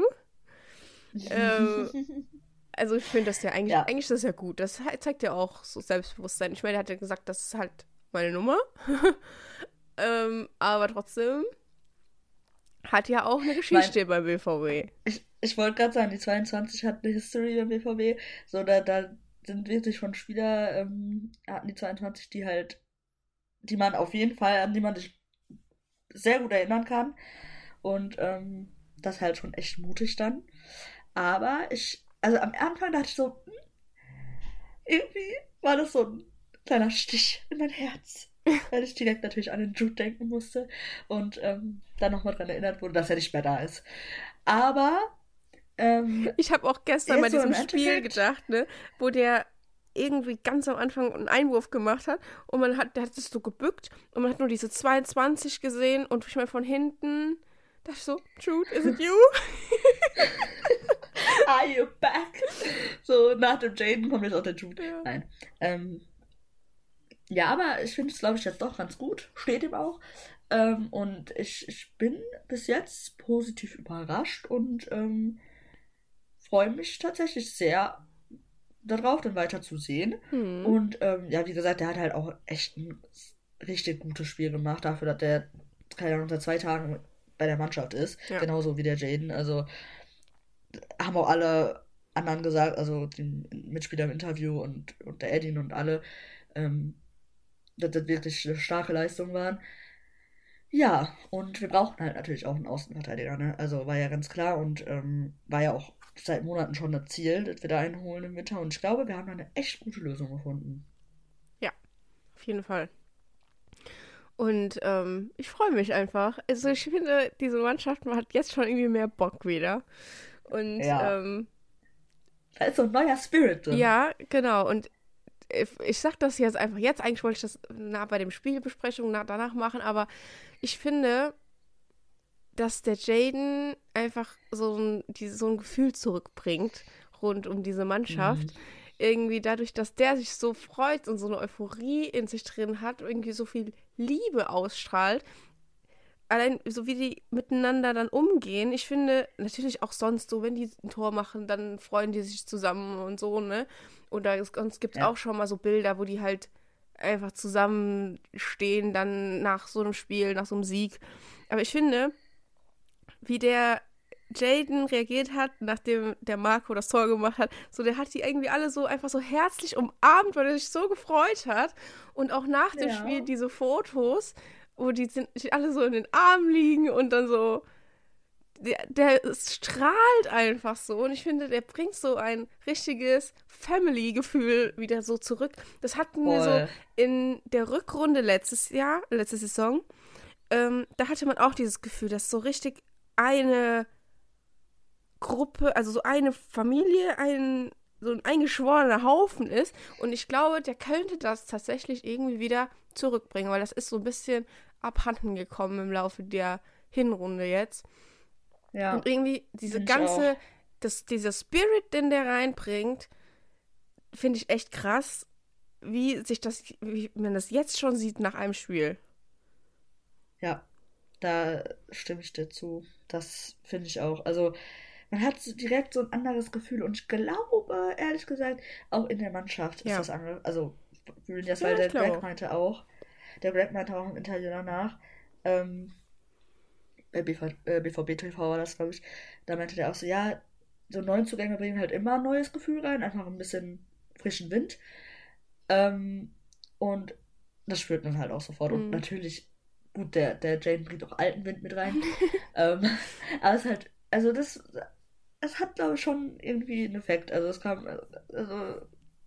Ähm, also ich finde das ja eigentlich, Ja, eigentlich ist das ja gut. Das zeigt ja auch so Selbstbewusstsein. Ich meine, er hat ja gesagt, das ist halt meine Nummer. ähm, aber trotzdem hat ja auch eine ich meine, Geschichte beim B V B. ich, ich wollte gerade sagen, die zweiundzwanzig hat eine History beim B V B. So, da, da sind wirklich schon Spieler, ähm, hatten die zweiundzwanzig, die halt, die man auf jeden Fall, an die man sich sehr gut erinnern kann. Und ähm, das halt schon echt mutig dann. Aber ich, also am Anfang dachte ich so, hm, irgendwie war das so ein kleiner Stich in mein Herz. Weil ich direkt natürlich an den Jude denken musste und ähm, dann nochmal dran erinnert wurde, dass er nicht mehr da ist. Aber ähm, Ich habe auch gestern bei jetzt so im diesem Spiel Endeffekt, gedacht, ne, wo der irgendwie ganz am Anfang einen Einwurf gemacht hat und man hat, der hat sich so gebückt und man hat nur diese zweiundzwanzig gesehen und ich meine von hinten dachte ich so, Jude, is it you? are you back? So nach dem Jaden kommt jetzt auch der Jude. Ja. Nein. Ähm, ja, aber ich finde es, glaube ich, jetzt doch ganz gut. Steht ihm auch. Ähm, und ich, ich bin bis jetzt positiv überrascht und ähm, freue mich tatsächlich sehr darauf, dann weiter zu sehen. Hm. Und ähm, ja, wie gesagt, der hat halt auch echt ein richtig gutes Spiel gemacht, dafür, dass der, keine Ahnung, seit zwei Tagen bei der Mannschaft ist. Ja. Genauso wie der Jaden. Also haben auch alle anderen gesagt, also die Mitspieler im Interview und, und der Edin und alle, ähm, dass das wirklich starke Leistungen waren. Ja, und wir brauchten halt natürlich auch einen Außenverteidiger, ne? Also war ja ganz klar und ähm, war ja auch seit Monaten schon das Ziel, dass wir da einen holen im Winter. Und ich glaube, wir haben da eine echt gute Lösung gefunden. Ja, auf jeden Fall. Und ähm, ich freue mich einfach. Also ich finde, diese Mannschaft hat jetzt schon irgendwie mehr Bock wieder. Und Ja, ähm, da ist so ein neuer Spirit drin. ja, genau. Und ich, ich sag das jetzt einfach jetzt. Eigentlich wollte ich das na, bei dem Spielbesprechung na, danach machen, aber ich finde, dass der Jaden einfach so ein, die, so ein Gefühl zurückbringt rund um diese Mhm. Mannschaft. Irgendwie dadurch, dass der sich so freut und so eine Euphorie in sich drin hat, irgendwie so viel Liebe ausstrahlt. Allein so wie die miteinander dann umgehen. Ich finde natürlich auch sonst so, wenn die ein Tor machen, dann freuen die sich zusammen und so, ne? Oder es, sonst gibt es Ja, auch schon mal so Bilder, wo die halt einfach zusammenstehen, dann nach so einem Spiel, nach so einem Sieg. Aber ich finde, wie der Jaden reagiert hat, nachdem der Marco das Tor gemacht hat. So, der hat die irgendwie alle so einfach so herzlich umarmt, weil er sich so gefreut hat. Und auch nach dem Spiel ja, diese Fotos, wo die sind die alle so in den Armen liegen und dann so. Der, der strahlt einfach so. Und ich finde, der bringt so ein richtiges Family-Gefühl wieder so zurück. Das hatten wir so voll. in der Rückrunde letztes Jahr, letzte Saison. Ähm, da hatte man auch dieses Gefühl, dass so richtig eine Gruppe, also so eine Familie, ein so ein eingeschworener Haufen ist. Und ich glaube, der könnte das tatsächlich irgendwie wieder zurückbringen, weil das ist so ein bisschen abhanden gekommen im Laufe der Hinrunde jetzt. Und Ja, irgendwie diese finde ich auch. ganze, das, dieser Spirit, den der reinbringt, finde ich echt krass, wie sich das, wie man das jetzt schon sieht nach einem Spiel. Ja, da stimme ich dir zu. Das finde ich auch. Also, man hat so direkt so ein anderes Gefühl und ich glaube, ehrlich gesagt, auch in der Mannschaft ist Ja. das andere. Also, fühlen das, Ja, weil ich der glaube Greg auch. meinte auch, der Greg meinte auch im Interview danach, ähm, bei B V, äh, B V B T V war das, glaube ich, da meinte der auch so, ja, so Neuzugänge bringen halt immer ein neues Gefühl rein, einfach ein bisschen frischen Wind. Ähm, und das spürt man halt auch sofort. Und Hm. natürlich, gut, der, der Jane bringt auch alten Wind mit rein. Ähm, aber es ist halt, also das, es hat, glaube ich, schon irgendwie einen Effekt. Also es kam, also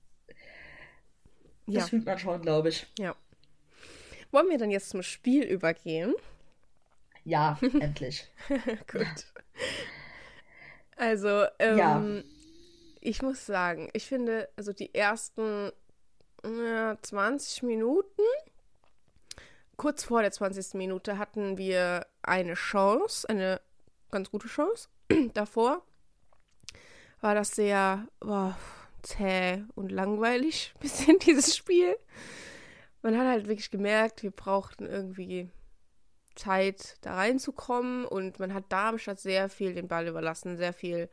das Ja, fühlt man schon, glaube ich. ja. Wollen wir dann jetzt zum Spiel übergehen? Ja, endlich. Gut. Also, Ja, ähm, ich muss sagen, ich finde, also die ersten ja, zwanzig Minuten, kurz vor der zwanzigsten Minute, hatten wir eine Chance, eine ganz gute Chance. Davor war das sehr boah, zäh und langweilig, bisschen dieses Spiel. Man hat halt wirklich gemerkt, wir brauchten irgendwie Zeit, da reinzukommen und man hat Darmstadt sehr viel den Ball überlassen, sehr viel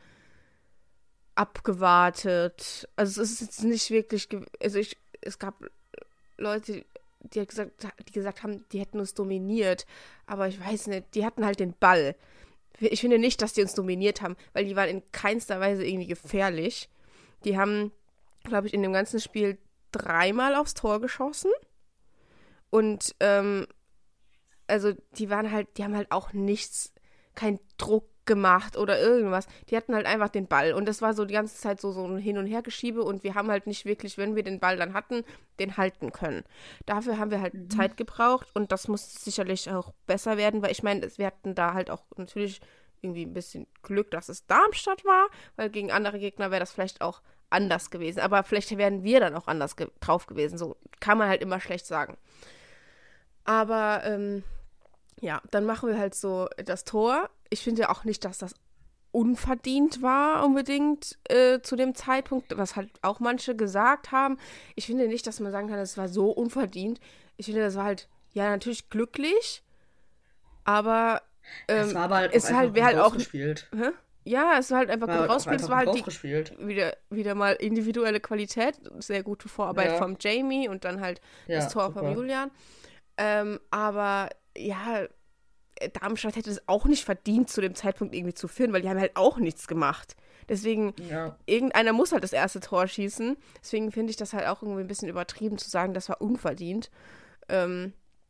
abgewartet. Also es ist jetzt nicht wirklich, also ich, es gab Leute, die hat gesagt, die gesagt haben, die hätten uns dominiert, aber ich weiß nicht, die hatten halt den Ball. Ich finde nicht, dass die uns dominiert haben, weil die waren in keinster Weise irgendwie gefährlich. Die haben, glaube ich, in dem ganzen Spiel dreimal aufs Tor geschossen und ähm, also die waren halt, die haben halt auch nichts, keinen Druck gemacht oder irgendwas. Die hatten halt einfach den Ball und das war so die ganze Zeit so, so ein Hin- und Hergeschiebe und wir haben halt nicht wirklich, wenn wir den Ball dann hatten, den halten können. Dafür haben wir halt mhm. Zeit gebraucht und das muss sicherlich auch besser werden, weil ich meine, wir hatten da halt auch natürlich irgendwie ein bisschen Glück, dass es Darmstadt war, weil gegen andere Gegner wäre das vielleicht auch anders gewesen. Aber vielleicht wären wir dann auch anders ge- drauf gewesen. So kann man halt immer schlecht sagen. Aber ähm, ja, dann machen wir halt so das Tor. Ich finde ja auch nicht, dass das unverdient war unbedingt äh, zu dem Zeitpunkt, was halt auch manche gesagt haben. Ich finde nicht, dass man sagen kann, es war so unverdient. Ich finde, das war halt, ja, natürlich glücklich, aber Es ähm, war aber halt auch es einfach halt, wäre gut halt auch, rausgespielt. hä? Ja, es war halt einfach War gut halt auch rausgespielt. Es einfach war gut halt die rausgespielt. wieder, wieder mal individuelle Qualität, sehr gute Vorarbeit Ja, vom Jamie und dann halt das ja, Tor vom super. Julian. Ähm, aber ja, Darmstadt hätte es auch nicht verdient, zu dem Zeitpunkt irgendwie zu führen, weil die haben halt auch nichts gemacht. Deswegen, Ja, irgendeiner muss halt das erste Tor schießen. Deswegen finde ich das halt auch irgendwie ein bisschen übertrieben zu sagen, das war unverdient. Ähm,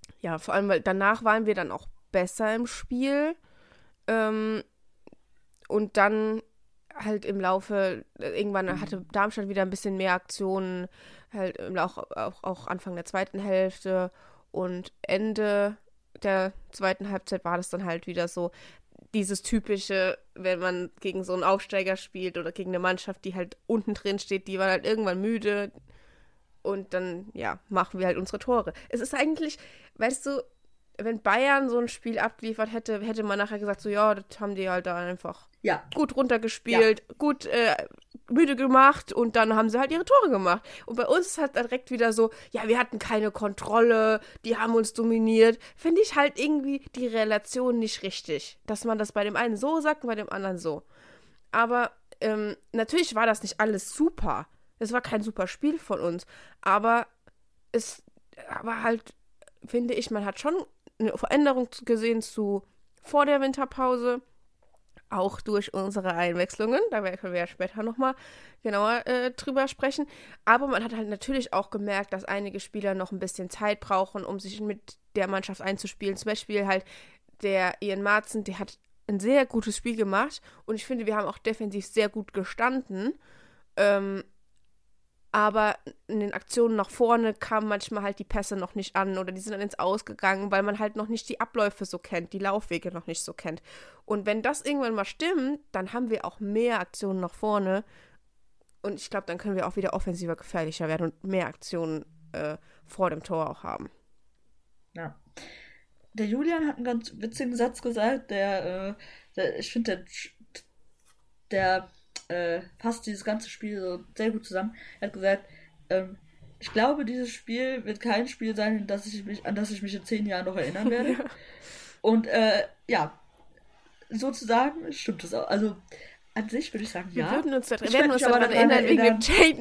ja, vor allem, weil danach waren wir dann auch besser im Spiel. Ähm, und dann halt im Laufe, irgendwann hatte Darmstadt wieder ein bisschen mehr Aktionen, halt auch, auch, auch Anfang der zweiten Hälfte und Ende der zweiten Halbzeit war das dann halt wieder so dieses typische, wenn man gegen so einen Aufsteiger spielt oder gegen eine Mannschaft, die halt unten drin steht, die war halt irgendwann müde und dann, ja, machen wir halt unsere Tore. Es ist eigentlich, weißt du, wenn Bayern so ein Spiel abgeliefert hätte, hätte man nachher gesagt, so ja, das haben die halt da einfach ja. gut runtergespielt, ja. gut äh, müde gemacht und dann haben sie halt ihre Tore gemacht. Und bei uns ist halt direkt wieder so, ja, wir hatten keine Kontrolle, die haben uns dominiert. Finde ich halt irgendwie die Relation nicht richtig, dass man das bei dem einen so sagt und bei dem anderen so. Aber ähm, natürlich war das nicht alles super. Es war kein super Spiel von uns, aber es war halt, finde ich, man hat schon eine Veränderung gesehen zu vor der Winterpause, auch durch unsere Einwechslungen, da können wir ja später nochmal genauer äh, drüber sprechen, aber man hat halt natürlich auch gemerkt, dass einige Spieler noch ein bisschen Zeit brauchen, um sich mit der Mannschaft einzuspielen, zum Beispiel halt der Ian Marzen, der hat ein sehr gutes Spiel gemacht und ich finde, wir haben auch defensiv sehr gut gestanden, ähm, aber in den Aktionen nach vorne kamen manchmal halt die Pässe noch nicht an oder die sind dann ins Ausgegangen, weil man halt noch nicht die Abläufe so kennt, die Laufwege noch nicht so kennt. Und wenn das irgendwann mal stimmt, dann haben wir auch mehr Aktionen nach vorne und ich glaube, dann können wir auch wieder offensiver, gefährlicher werden und mehr Aktionen äh, vor dem Tor auch haben. Ja. Der Julian hat einen ganz witzigen Satz gesagt, der, äh, der ich finde, der, der Äh, passt dieses ganze Spiel so sehr gut zusammen. Er hat gesagt, ähm, ich glaube, dieses Spiel wird kein Spiel sein, das ich mich, an das ich mich in zehn Jahren noch erinnern werde. Ja. Und äh, ja, sozusagen stimmt es auch. Also an sich würde ich sagen, wir ja. Würden uns da, ich werden uns daran erinnern, wegen dem Jaden.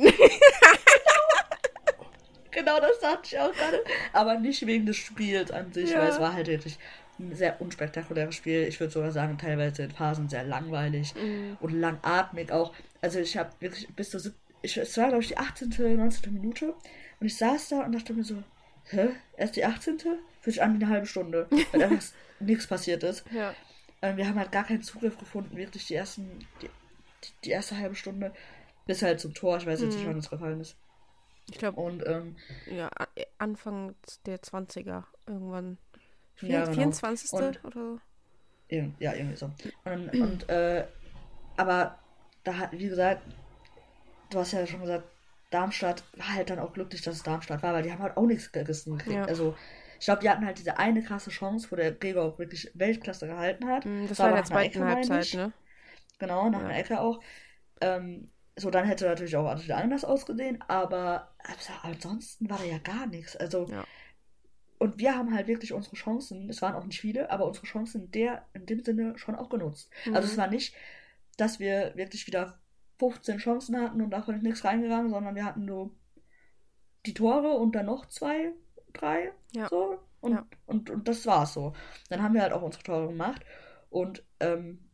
Genau, das dachte ich auch gerade. Aber nicht wegen des Spiels an sich, ja. Weil es war halt wirklich ein sehr unspektakuläres Spiel. Ich würde sogar sagen, teilweise in Phasen sehr langweilig mm. und langatmig auch. Also ich habe wirklich bis zur ich, es war glaube ich die achtzehnte, neunzehnte Minute und ich saß da und dachte mir so, hä? Erst die achtzehnte? Fühlt sich an wie eine halbe Stunde, weil einfach nichts passiert ist. Ja. Ähm, wir haben halt gar keinen Zugriff gefunden, wirklich die ersten, die, die, die erste halbe Stunde bis halt zum Tor. Ich weiß jetzt mm. nicht, wann es gefallen ist. Ich glaube, und ähm, ja, Anfang der zwanziger irgendwann. Ja, genau. vierundzwanzigste Und, oder so? Ja, irgendwie so. Und, und äh, aber da hat, wie gesagt, du hast ja schon gesagt, Darmstadt war halt dann auch glücklich, dass es Darmstadt war, weil die haben halt auch nichts gerissen gekriegt. Ja. Also ich glaube, die hatten halt diese eine krasse Chance, wo der Gregor auch wirklich Weltklasse gehalten hat. Das, das war in der zweiten Halbzeit, ne? Genau, nach ja. einer Ecke auch. Ähm, so, dann hätte natürlich auch alles anders ausgesehen, aber also, ansonsten war da ja gar nichts. Also ja. Und wir haben halt wirklich unsere Chancen, es waren auch nicht viele, aber unsere Chancen in, der, in dem Sinne schon auch genutzt. Mhm. Also es war nicht, dass wir wirklich wieder fünfzehn Chancen hatten und davon ist nichts reingegangen, sondern wir hatten nur die Tore und dann noch zwei, drei, ja. so. Und, ja. und, und das war's so. Dann haben wir halt auch unsere Tore gemacht und ähm,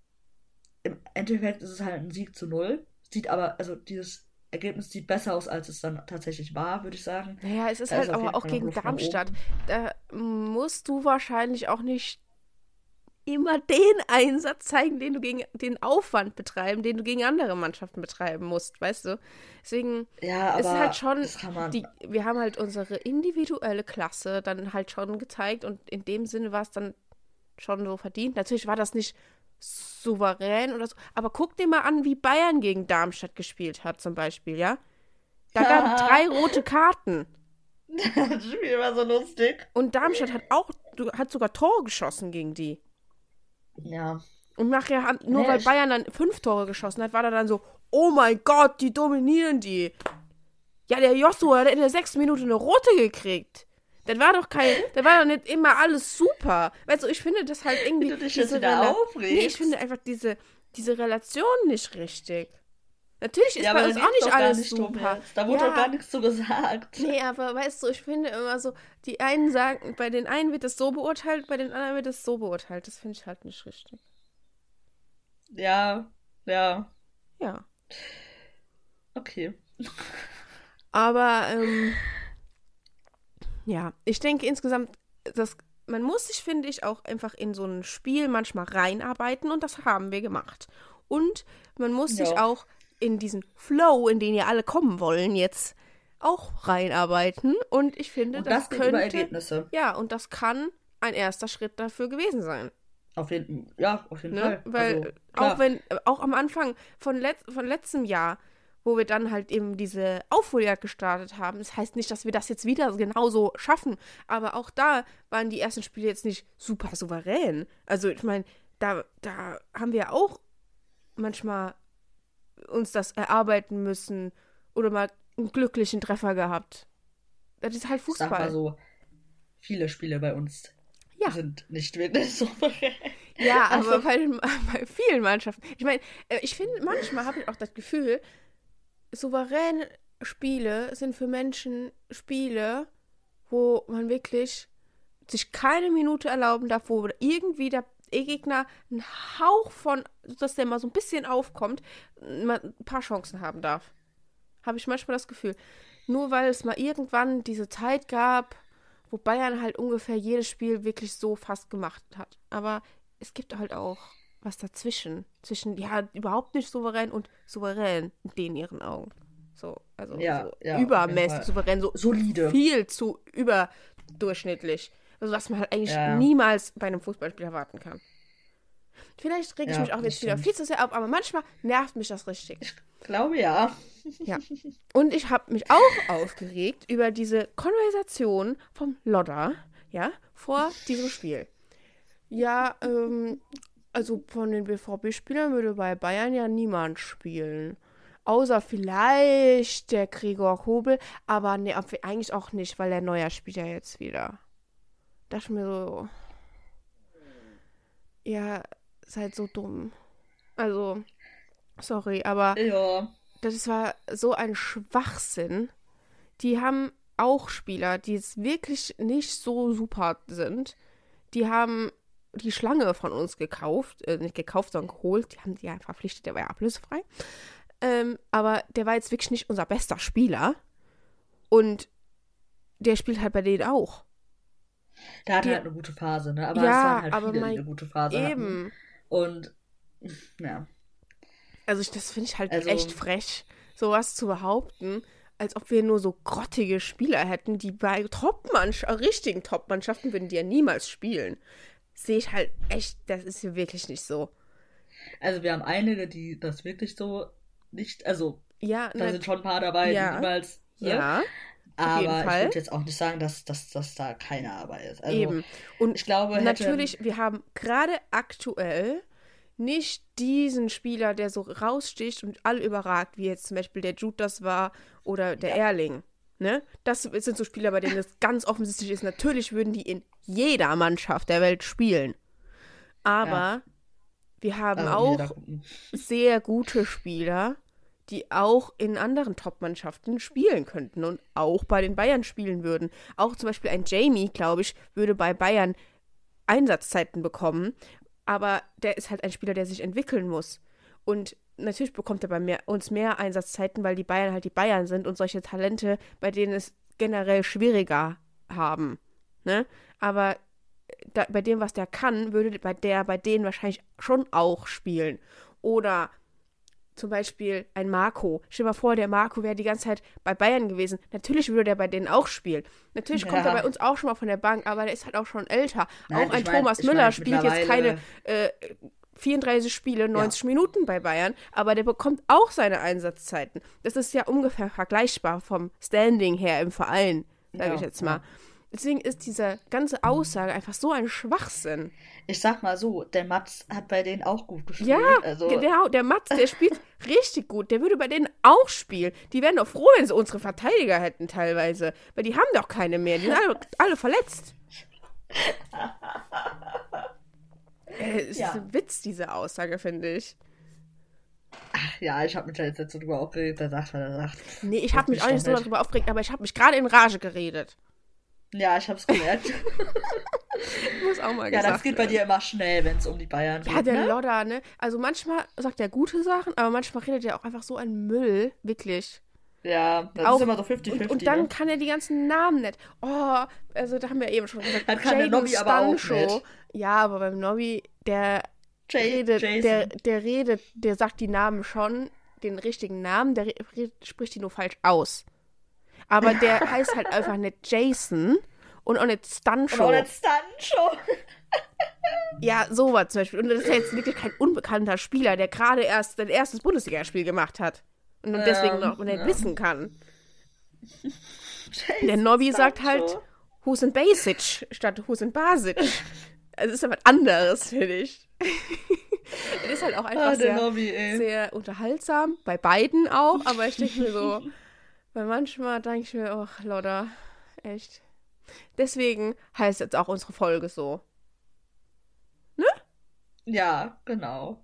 im Endeffekt ist es halt ein Sieg zu null. Sieht aber, also dieses Ergebnis sieht besser aus, als es dann tatsächlich war, würde ich sagen. Naja, es ist da halt ist aber auch gegen Darmstadt. Da musst du wahrscheinlich auch nicht immer den Einsatz zeigen, den du gegen den Aufwand betreiben, den du gegen andere Mannschaften betreiben musst, weißt du? Deswegen ja, aber ist halt schon, das kann man... die, wir haben halt unsere individuelle Klasse dann halt schon gezeigt und in dem Sinne war es dann schon so verdient. Natürlich war das nicht souverän oder so. Aber guck dir mal an, wie Bayern gegen Darmstadt gespielt hat, zum Beispiel, ja? Da gab es drei rote Karten. Das Spiel war so lustig. Und Darmstadt hat auch, hat sogar Tore geschossen gegen die. Ja. Und nachher, haben, nur nee, weil Bayern dann fünf Tore geschossen hat, war da dann so, oh mein Gott, die dominieren die. Ja, der Joshua hat in der sechsten Minute eine rote gekriegt. Das war doch kein, das war doch nicht immer alles super. Weißt du, ich finde das halt irgendwie... Wie du dich jetzt wieder aufregst. Nee, ich finde einfach diese, diese Relation nicht richtig. Natürlich ist ja, bei uns auch nicht alles nicht super. Da wurde ja. doch gar nichts zu gesagt. Nee, aber weißt du, ich finde immer so, die einen sagen, bei den einen wird es so beurteilt, bei den anderen wird es so beurteilt. Das finde ich halt nicht richtig. Ja, ja. Ja. Okay. Aber, ähm... ja, ich denke insgesamt das, man muss sich, finde ich, auch einfach in so ein Spiel manchmal reinarbeiten und das haben wir gemacht. Und man muss Ja. sich auch in diesen Flow, in den ja alle kommen wollen, jetzt auch reinarbeiten. Und ich finde, Und das, das geht über könnte, Ergebnisse. ja, und das kann ein erster Schritt dafür gewesen sein. Auf jeden, ja, auf jeden Ne? Fall. Weil also, klar. auch wenn, auch am Anfang von, let, von letztem Jahr, wo wir dann halt eben diese Aufholjagd gestartet haben, das heißt nicht, dass wir das jetzt wieder genauso schaffen, aber auch da waren die ersten Spiele jetzt nicht super souverän. Also ich meine, da, da haben wir auch manchmal uns das erarbeiten müssen oder mal einen glücklichen Treffer gehabt. Das ist halt Ich sag Fußball. mal so, viele Spiele bei uns Ja. sind nicht wirklich souverän. Ja, aber Also- bei, den, bei vielen Mannschaften. Ich meine, äh, ich finde, manchmal habe ich auch das Gefühl, souveräne Spiele sind für Menschen Spiele, wo man wirklich sich keine Minute erlauben darf, wo irgendwie der Gegner einen Hauch von, dass der mal so ein bisschen aufkommt, mal ein paar Chancen haben darf. Habe ich manchmal das Gefühl. Nur weil es mal irgendwann diese Zeit gab, wo Bayern halt ungefähr jedes Spiel wirklich so fast gemacht hat. Aber es gibt halt auch was dazwischen. Zwischen, ja, überhaupt nicht souverän und souverän in den ihren Augen. So, also Ja, so ja, auf jeden übermäßig Fall. souverän, so Solide. viel zu überdurchschnittlich. Also was man halt eigentlich Ja. niemals bei einem Fußballspiel erwarten kann. Vielleicht reg ich Ja, mich auch das jetzt wieder stimmt. viel zu sehr auf, aber manchmal nervt mich das richtig. Ich glaube ja. Ja. Und ich habe mich auch aufgeregt über diese Konversation vom Lodder, ja, vor diesem Spiel. Ja, ähm, also von den B V B-Spielern würde bei Bayern ja niemand spielen. Außer vielleicht der Gregor Kobel, aber nee, ab- eigentlich auch nicht, weil der Neuer spielt ja jetzt wieder. Dachte ich mir so, ja, seid so dumm. Also, sorry, aber Ja. das war so ein Schwachsinn. Die haben auch Spieler, die jetzt wirklich nicht so super sind. Die haben die Schlange von uns gekauft, äh, nicht gekauft, sondern geholt. Die haben die ja verpflichtet, der war ja ablösefrei. Ähm, aber der war jetzt wirklich nicht unser bester Spieler. Und der spielt halt bei denen auch. Der hatte Die- halt eine gute Phase, ne? Aber Ja, es waren halt aber viele, die mein- eine gute Phase hatten. Eben. Und ja. Also ich, das finde ich halt Also- echt frech, sowas zu behaupten, als ob wir nur so grottige Spieler hätten, die bei Top-Mannschaften, richtigen Top-Mannschaften würden die ja niemals spielen. Sehe ich halt echt, das ist hier wirklich nicht so. Also wir haben einige, die das wirklich so nicht, also Ja, da na, sind schon ein paar dabei, ja. die niemals, ne? ja, Aber jeden ich Fall. würde jetzt auch nicht sagen, dass, dass, dass da keiner dabei ist. Also eben. Und ich glaube, hätte, natürlich, wir haben gerade aktuell nicht diesen Spieler, der so raussticht und alle überragt, wie jetzt zum Beispiel der Jude das war oder der Ja. Erling. Ne? Das sind so Spieler, bei denen das ganz offensichtlich ist. Natürlich würden die in jeder Mannschaft der Welt spielen. Aber Ja. wir haben aber auch jeder gucken. sehr gute Spieler, die auch in anderen Top-Mannschaften spielen könnten und auch bei den Bayern spielen würden. Auch zum Beispiel ein Jamie, glaube ich, würde bei Bayern Einsatzzeiten bekommen, aber der ist halt ein Spieler, der sich entwickeln muss. Und natürlich bekommt er bei mehr, uns mehr Einsatzzeiten, weil die Bayern halt die Bayern sind und solche Talente, bei denen es generell schwieriger haben. Ne? Aber da, bei dem, was der kann, würde bei der bei denen wahrscheinlich schon auch spielen. Oder zum Beispiel ein Marco. Stell dir mal vor, der Marco wäre die ganze Zeit bei Bayern gewesen. Natürlich würde der bei denen auch spielen. Natürlich kommt Ja. er bei uns auch schon mal von der Bank, aber der ist halt auch schon älter. Nein, auch ein ich mein- Thomas ich Müller mein, spielt jetzt keine mittlerweile- äh, vierunddreißig Spiele, neunzig Minuten bei Bayern, aber der bekommt auch seine Einsatzzeiten. Das ist ja ungefähr vergleichbar vom Standing her im Verein, sage Ja, ich jetzt mal. ja. Deswegen ist diese ganze Aussage einfach so ein Schwachsinn. Ich sag mal so, der Mats hat bei denen auch gut gespielt. Ja, also, genau, der Mats, der spielt richtig gut. Der würde bei denen auch spielen. Die wären doch froh, wenn sie unsere Verteidiger hätten teilweise. Weil die haben doch keine mehr. Die sind alle, alle verletzt. äh, es Ja. ist ein Witz, diese Aussage, finde ich. ja, ich habe mich da jetzt nicht so drüber aufgeregt, der sagt, was er sagt. Nee, ich habe mich Ich auch nicht doch so darüber aufgeregt, aber ich habe mich gerade in Rage geredet. Ja, ich hab's gemerkt. Muss auch mal ja, gesagt das geht bei werden. dir immer schnell, wenn es um die Bayern geht. Ja, der ne? Lodder, ne? Also manchmal sagt er gute Sachen, aber manchmal redet er auch einfach so ein Müll. Wirklich. Ja, das auch, ist immer so fünfzig fünfzig. Und, und dann ne? kann er die ganzen Namen nicht. Oh, also da haben wir eben schon gesagt. Das kann der Nobby aber auch nicht. Ja, aber beim Nobby, der Jay, redet, Jason. der, der redet, der sagt die Namen schon, den richtigen Namen, der re- spricht die nur falsch aus. Aber der heißt halt einfach nicht Jason und auch nicht Stancho. Und auch nicht Stancho. Ja, sowas zum Beispiel. Und das ist ja jetzt wirklich kein unbekannter Spieler, der gerade erst sein erstes Bundesligaspiel gemacht hat. Und ähm, deswegen noch nicht ja. wissen kann. Der Nobby sagt halt Husin Basic statt Husin Basic. Also ist ja was anderes, finde ich. Das ist halt auch einfach ah, sehr, Nobby, sehr unterhaltsam. Bei beiden auch. Aber ich denke mir so, weil manchmal denke ich mir, ach, Lodder, echt. Deswegen heißt jetzt auch unsere Folge so. Ne? Ja, genau.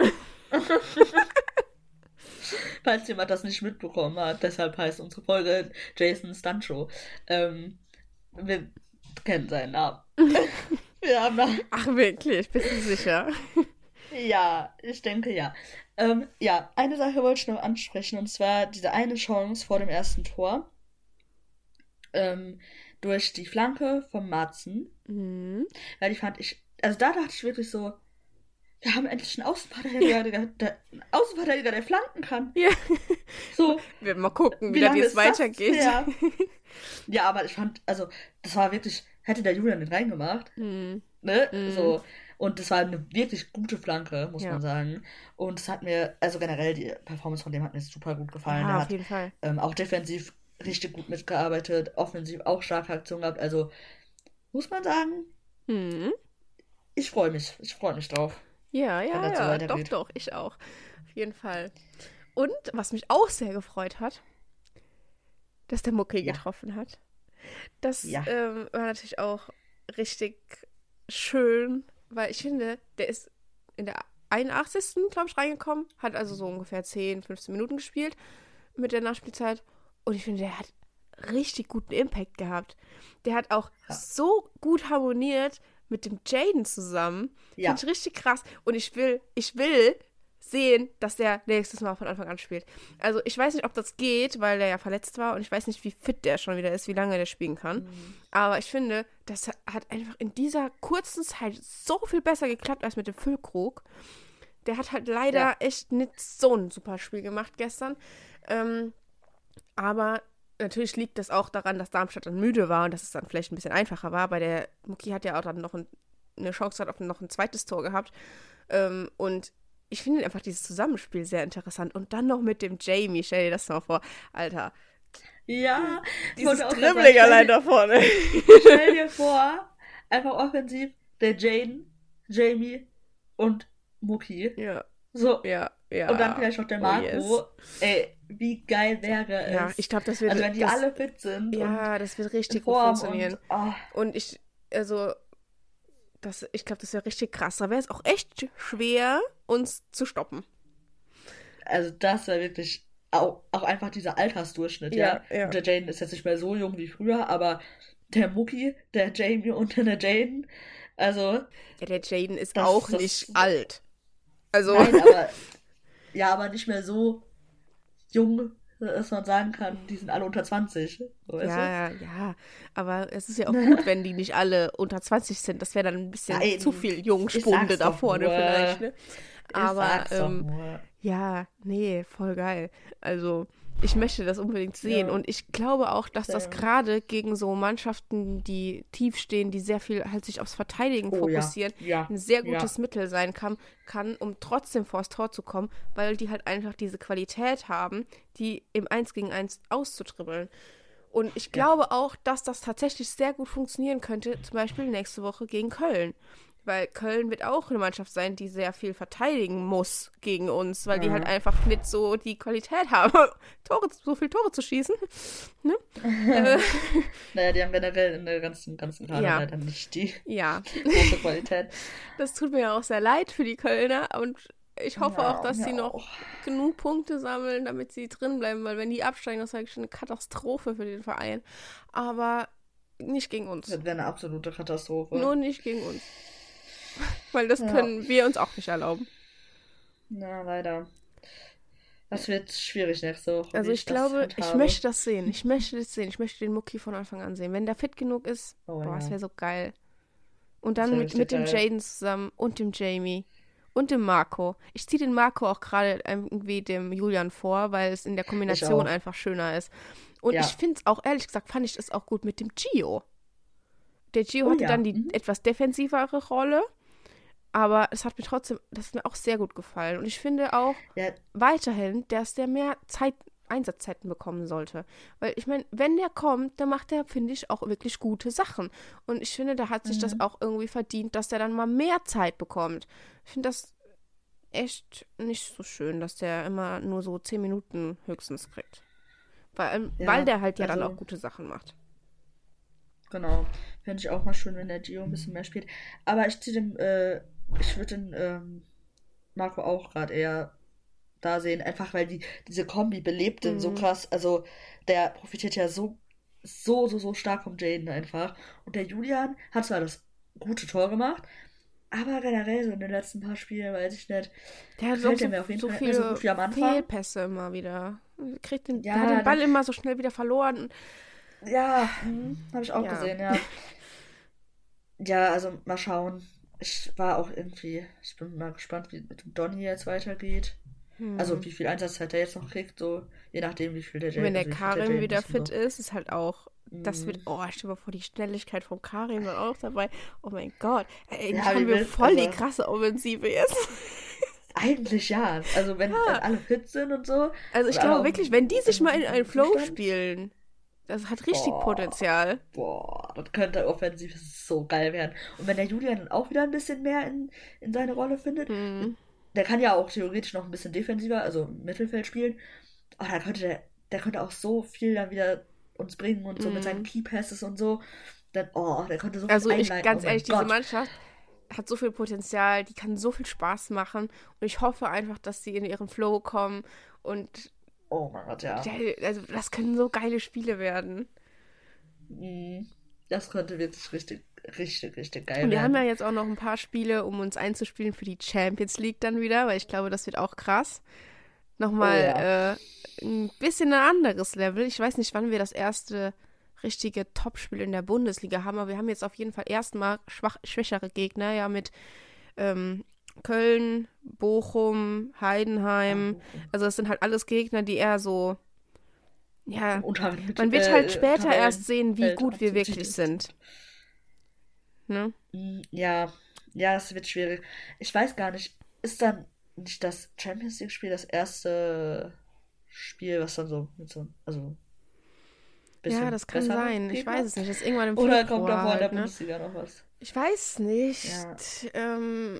Falls jemand das nicht mitbekommen hat, deshalb heißt unsere Folge Jason Stancho. Ähm, wir kennen seinen Namen. Wir haben da... Ach wirklich, bist du sicher? Ja, ich denke ja. Ähm, ja, eine Sache wollte ich noch ansprechen, und zwar diese eine Chance vor dem ersten Tor. Ähm, durch die Flanke vom Marzen. Mhm. Weil die fand ich, also da dachte ich wirklich so, wir haben endlich einen Außenverteidiger, der, der, einen Außenverteidiger, der flanken kann. Ja. So. Wir werden mal gucken, wie, wie es weitergeht. Ja. Ja, aber ich fand, also, das war wirklich, hätte der Julian den reingemacht, mhm. ne, mhm. so, und das war eine wirklich gute Flanke, muss ja. man sagen, und es hat mir, also generell, die Performance von dem hat mir super gut gefallen. Ja, der auf hat jeden Fall. Ähm, auch defensiv richtig gut mitgearbeitet, offensiv auch starke Aktionen gehabt, also, muss man sagen, mhm. ich freue mich, ich freue mich drauf. Ja, ja, ja, so doch, doch, ich auch. Auf jeden Fall. Und was mich auch sehr gefreut hat, dass der Mucki ja. getroffen hat. Das ja. ähm, war natürlich auch richtig schön, weil ich finde, der ist in der einundachtzigsten glaube ich, reingekommen, hat also so ungefähr zehn, fünfzehn Minuten gespielt mit der Nachspielzeit. Und ich finde, der hat richtig guten Impact gehabt. Der hat auch ja. so gut harmoniert mit dem Jaden zusammen. Ja. Finde ich richtig krass. Und ich will, ich will sehen, dass der nächstes Mal von Anfang an spielt. Also ich weiß nicht, ob das geht, weil der ja verletzt war und ich weiß nicht, wie fit der schon wieder ist, wie lange der spielen kann. Mhm. Aber ich finde, das hat einfach in dieser kurzen Zeit so viel besser geklappt als mit dem Füllkrug. Der hat halt leider ja. echt nicht so ein super Spiel gemacht gestern. Ähm, aber natürlich liegt das auch daran, dass Darmstadt dann müde war und dass es dann vielleicht ein bisschen einfacher war, weil der Mucki hat ja auch dann noch ein, eine Chance gehabt auf noch ein zweites Tor gehabt. Ähm, und ich finde einfach dieses Zusammenspiel sehr interessant. Und dann noch mit dem Jamie, stell dir das mal vor. Alter. Ja. Dieses Dribbling allein da vorne. Stell dir vor, einfach offensiv, der Jaden, Jamie und Mucki. Ja. So. Ja, ja. Und dann vielleicht noch der Marco. Oh, yes. Ey, wie geil wäre es. Ja, ich glaube, das wird... Also wenn die das, alle fit sind. Ja, das wird richtig gut funktionieren. Und, oh. und ich, also... Das, ich glaube, das wäre richtig krass. Da wäre es auch echt schwer, uns zu stoppen. Also das wäre wirklich auch, auch einfach dieser Altersdurchschnitt, ja. ja. ja. Und der Jaden ist jetzt nicht mehr so jung wie früher, aber der Mucki, der Jamie und der Jaden, also... Ja, der Jaden ist das, auch das, nicht das, alt. Also... Nein, aber... ja, aber nicht mehr so jung, dass man sagen kann, die sind alle unter zwanzig. So, ja, ja, ja. Aber es ist ja auch gut, wenn die nicht alle unter zwanzig sind. Das wäre dann ein bisschen Nein, zu viel Jungspunde da vorne nur. vielleicht. Ne? Aber ähm, ja, nee, voll geil. Also ich möchte das unbedingt sehen. Ja. Und ich glaube auch, dass das gerade gegen so Mannschaften, die tief stehen, die sehr viel halt sich aufs Verteidigen oh, fokussieren, ja. Ja. ein sehr gutes ja. Mittel sein kann, kann, um trotzdem vors Tor zu kommen, weil die halt einfach diese Qualität haben, die im eins gegen eins auszutribbeln. Und ich glaube ja. auch, dass das tatsächlich sehr gut funktionieren könnte, zum Beispiel nächste Woche gegen Köln. Weil Köln wird auch eine Mannschaft sein, die sehr viel verteidigen muss gegen uns, weil mhm. die halt einfach nicht so die Qualität haben, Tore, so viele Tore zu schießen. Ne? äh, naja, die haben generell in der ganzen, ganzen Kader ja. leider nicht die ja. große Qualität. Das tut mir ja auch sehr leid für die Kölner und ich hoffe ja, auch, dass sie noch auch. genug Punkte sammeln, damit sie drin bleiben, weil wenn die absteigen, das ist eigentlich eine Katastrophe für den Verein. Aber nicht gegen uns. Das wäre eine absolute Katastrophe. Nur nicht gegen uns. Weil das ja. können wir uns auch nicht erlauben. Na, leider. Das wird schwierig nächste Woche. Also wie ich das glaube, ich handhabe. möchte das sehen. Ich möchte das sehen. Ich möchte den Mucki von Anfang an sehen. Wenn der fit genug ist, Oh, boah, das ja. wäre so geil. Und Das dann wär mit, mit dem richtig geil. Jaden zusammen und dem Jamie und dem Marco. Ich ziehe den Marco auch gerade irgendwie dem Julian vor, weil es in der Kombination auch. einfach schöner ist. Und Ja. ich finde es auch, ehrlich gesagt, fand ich das auch gut mit dem Gio. Der Gio Oh hatte ja, dann die mhm. etwas defensivere Rolle, aber es hat mir trotzdem, das ist mir auch sehr gut gefallen. Und ich finde auch Ja, weiterhin, dass der mehr Zeit, Einsatzzeiten bekommen sollte. Weil ich meine, wenn der kommt, dann macht der, finde ich, auch wirklich gute Sachen. Und ich finde, da hat sich das Mhm. auch irgendwie verdient, dass der dann mal mehr Zeit bekommt. Ich finde das echt nicht so schön, dass der immer nur so zehn Minuten höchstens kriegt. Weil, Ja, weil der halt ja dann also- auch gute Sachen macht. genau. Fände ich auch mal schön, wenn der Gio ein bisschen mehr spielt. Aber ich ziehe den, äh, ich würde den ähm, Marco auch gerade eher da sehen, einfach weil die, diese Kombi belebt den so Mhm. krass. Also der profitiert ja so, so, so, so stark vom Jaden einfach. Und der Julian hat zwar das gute Tor gemacht, aber generell so in den letzten paar Spielen, weiß ich nicht, Der hat auch gefällt so, er mir auf jeden so Fall nicht mehr so viele gut wie am Anfang. Fehlpässe immer wieder. Kriegt den, Ja, der hat den Ball das- immer so schnell wieder verloren. Ja, hm, habe ich auch Ja. gesehen, ja. Ja, also mal schauen. Ich war auch irgendwie, ich bin mal gespannt, wie mit dem Donny jetzt weitergeht. Hm. Also wie viel Einsatzzeit er jetzt noch kriegt, so je nachdem, wie viel der Jaden Wenn der also wie viel Karim Jaden wieder ist und fit so. ist, ist halt auch, das wird, oh, stell dir mal vor, die Schnelligkeit vom Karim dann auch dabei. Oh mein Gott. Ey, Ja, ja, haben wie wir wild, voll die also- krasse Offensive jetzt. Eigentlich ja. Also wenn, wenn alle fit sind und so. Also ich und alle glaube auf wirklich, dem- wenn die sich im mal in guten einen Flow Zustand- spielen, das hat richtig Boah. Potenzial. Boah, das könnte offensiv so geil werden. Und wenn der Julian dann auch wieder ein bisschen mehr in, in seine Rolle findet, Hm. der kann ja auch theoretisch noch ein bisschen defensiver, also im Mittelfeld spielen. Oh, da könnte der, der könnte auch so viel dann wieder uns bringen und so mit seinen Key Passes und so. Dann, oh, der könnte so viel Also ich, einleiten. ganz oh mein ehrlich, diese Gott. Mannschaft hat so viel Potenzial, die kann so viel Spaß machen und ich hoffe einfach, dass sie in ihren Flow kommen und Oh mein Gott, ja. ja, also das können so geile Spiele werden. Mhm. Das könnte wirklich richtig, richtig, richtig geil Und wir haben werden. ja jetzt auch noch ein paar Spiele, um uns einzuspielen für die Champions League dann wieder, weil ich glaube, das wird auch krass. Nochmal Oh ja. äh, ein bisschen ein anderes Level. Ich weiß nicht, wann wir das erste richtige Topspiel in der Bundesliga haben, aber wir haben jetzt auf jeden Fall erstmal schwach, schwächere Gegner, ja, mit ähm, Köln, Bochum, Heidenheim. Also das sind halt alles Gegner, die eher so, ja, Unteren mit, man wird äh, halt später Tabellen- erst sehen, wie Feld gut wir abzutiteln. wirklich sind. Ne? Mm, Ja, ja, es wird schwierig. Ich weiß gar nicht, ist dann nicht das Champions League-Spiel das erste Spiel, was dann so mit so, also bisschen Ja, das kann besser sein. Ich Gegner? weiß es nicht. Das ist irgendwann im Oder Februar kommt davor in der halt, ne? Bundesliga noch was? Ich weiß nicht, Ja. ähm,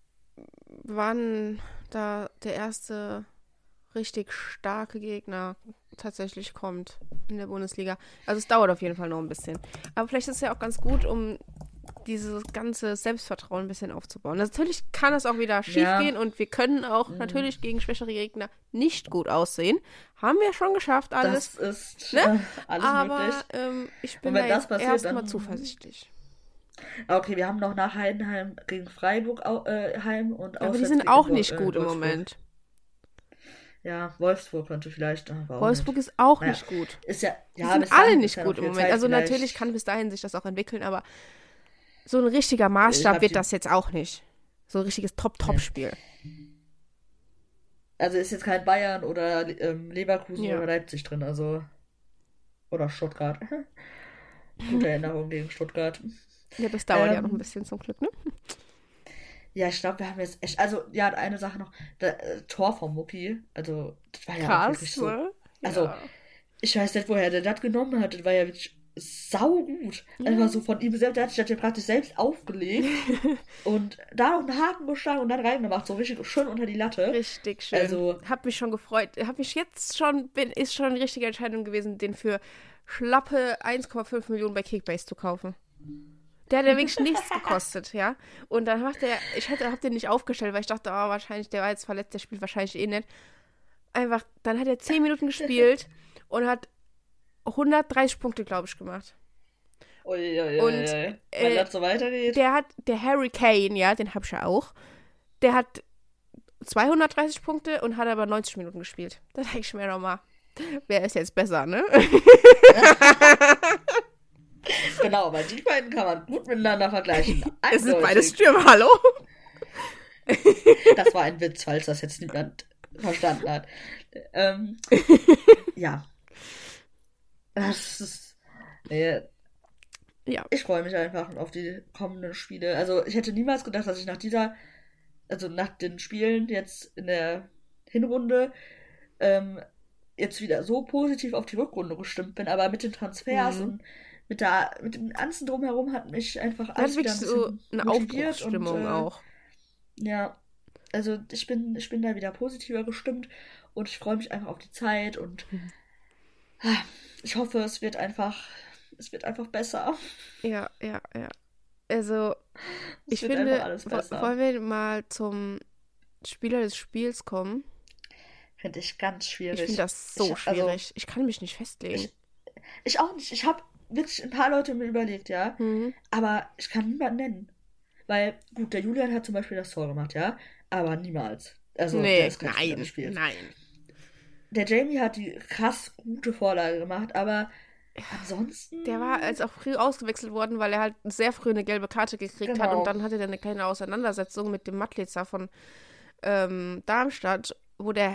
wann da der erste richtig starke Gegner tatsächlich kommt in der Bundesliga. Also es dauert auf jeden Fall noch ein bisschen. Aber vielleicht ist es ja auch ganz gut, um dieses ganze Selbstvertrauen ein bisschen aufzubauen. Natürlich kann es auch wieder schief Ja. gehen und wir können auch Mhm. natürlich gegen schwächere Gegner nicht gut aussehen. Haben wir schon geschafft, alles. Das ist ne? äh, alles Aber möglich. ähm, ich bin Und wenn da das jetzt passiert, erstmal dann- zuversichtlich. Ah, Okay, wir haben noch nach Heidenheim gegen Freiburg au- äh, heim und Aber die auswärts sind gegen auch Wo- nicht äh, gut im Wolfsburg. Moment. Ja, Wolfsburg könnte vielleicht. Aber auch Wolfsburg nicht. ist auch Naja, nicht gut. Ist ja, Die ja, sind bis alle dahin nicht ist ja gut noch im viel Moment. Zeit Also vielleicht. natürlich kann bis dahin sich das auch entwickeln, aber so ein richtiger Maßstab hab wird die- das jetzt auch nicht. So ein richtiges Top-Top-Spiel. Also ist jetzt kein Bayern oder ähm, Leverkusen Ja. oder Leipzig drin, also. Oder Stuttgart. Gute Erinnerung gegen Stuttgart. Ja, das dauert ja Ähm, noch ein bisschen zum Glück, ne? Ja, ich glaube, wir haben jetzt echt. Also, ja, eine Sache noch. Der äh, Tor vom Mucki. Also, das war ja auch wirklich so. ne? Also, Ja. Ich weiß nicht, woher der das genommen hat. Das war ja wirklich saugut. Einfach so von ihm selbst. Der hat sich das ja praktisch selbst aufgelegt. und da noch einen Haken geschlagen und dann reingemacht. So richtig schön unter die Latte. Richtig schön. Also- Hab mich schon gefreut. Hab mich jetzt schon, bin, ist schon eine richtige Entscheidung gewesen, den für schlappe eins Komma fünf Millionen bei Kickbase zu kaufen. Der hat ja wirklich nichts gekostet, ja. Und dann macht der, ich hätte, hab den nicht aufgestellt, weil ich dachte, oh, wahrscheinlich, der war jetzt verletzt, der spielt wahrscheinlich eh nicht. Einfach, dann hat er zehn Minuten gespielt und hat hundertdreißig Punkte, glaube ich, gemacht. Uiuiui. Und, Wenn äh, das so weitergeht. Der hat, der Harry Kane, ja, den hab ich ja auch, der hat zweihundertdreißig Punkte und hat aber neunzig Minuten gespielt. Da denke ich mir nochmal, wer ist jetzt besser, ne? Genau, weil die beiden kann man gut miteinander vergleichen. Es sind beide Stürmer, hallo? Das war ein Witz, falls das jetzt niemand verstanden hat. Ähm, ja. Das ist... Äh, ja. Ich freue mich einfach auf die kommenden Spiele. Also ich hätte niemals gedacht, dass ich nach dieser... Also nach den Spielen jetzt in der Hinrunde ähm, jetzt wieder so positiv auf die Rückrunde gestimmt bin. Aber mit den Transfers mhm. und mit, der, mit dem ganzen Drumherum hat mich einfach alles wieder ein bisschen so eine Aufbruchsstimmung und, äh, auch. Ja, also ich bin, ich bin da wieder positiver gestimmt und ich freue mich einfach auf die Zeit und mhm. ich hoffe, es wird einfach, es wird einfach besser. Ja, ja, ja. Also, es ich finde, alles besser. Wollen wir mal zum Spieler des Spiels kommen? Finde ich ganz schwierig. Ich finde das so ich, schwierig. Also, ich kann mich nicht festlegen. Ich, ich auch nicht. Ich habe wirklich ein paar Leute mir überlegt, ja. Mhm. Aber ich kann niemanden nennen. Weil, gut, der Julian hat zum Beispiel das Tor gemacht, ja. Aber niemals. Also, nee, der ist kein nein, des Spiels. nein. Der Jamie hat die krass gute Vorlage gemacht, aber ansonsten... Der war als auch früh ausgewechselt worden, weil er halt sehr früh eine gelbe Karte gekriegt genau. hat und dann hatte er eine kleine Auseinandersetzung mit dem Matlitzer von ähm, Darmstadt, wo der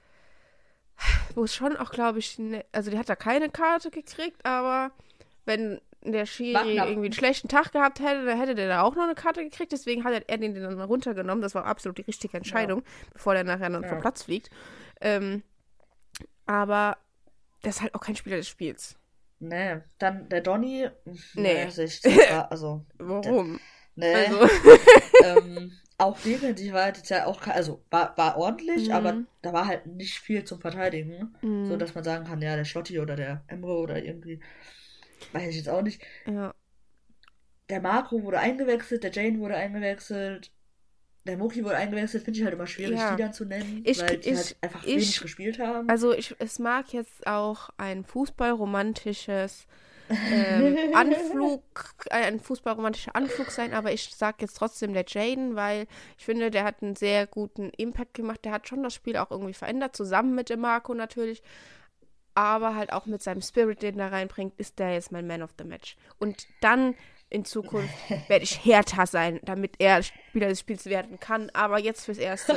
wo es schon auch, glaube ich, ne, also der hat da keine Karte gekriegt, aber wenn der Schiri irgendwie einen schlechten Tag gehabt hätte, dann hätte der da auch noch eine Karte gekriegt, deswegen hat er den dann runtergenommen, das war absolut die richtige Entscheidung, ja. bevor der nachher dann ja. vom Platz fliegt. Ähm, aber das ist halt auch kein Spieler des Spiels. Nee, dann der Donny. Nee. nee ich, war, also, Warum? Der, nee. Also. ähm, auch defensiv war jetzt ja auch, also war, war ordentlich, mhm. aber da war halt nicht viel zum Verteidigen. Mhm. So dass man sagen kann, ja, der Schlotti oder der Emre oder irgendwie, weiß ich jetzt auch nicht. Ja. Der Marco wurde eingewechselt, der Jane wurde eingewechselt. Der Moki wurde eingewechselt, finde ich halt immer schwierig, ja. die dann zu nennen, ich, weil die ich, halt einfach ich, wenig gespielt haben. Also ich, es mag jetzt auch ein fußballromantisches ähm, Anflug, ein fußballromantischer Anflug sein, aber ich sage jetzt trotzdem der Jaden, weil ich finde, der hat einen sehr guten Impact gemacht. Der hat schon das Spiel auch irgendwie verändert, zusammen mit dem Marco natürlich, aber halt auch mit seinem Spirit, den er reinbringt, ist der jetzt mein Man of the Match. Und dann in Zukunft werde ich härter sein, damit er Spieler des Spiels werden kann. Aber jetzt fürs Erste.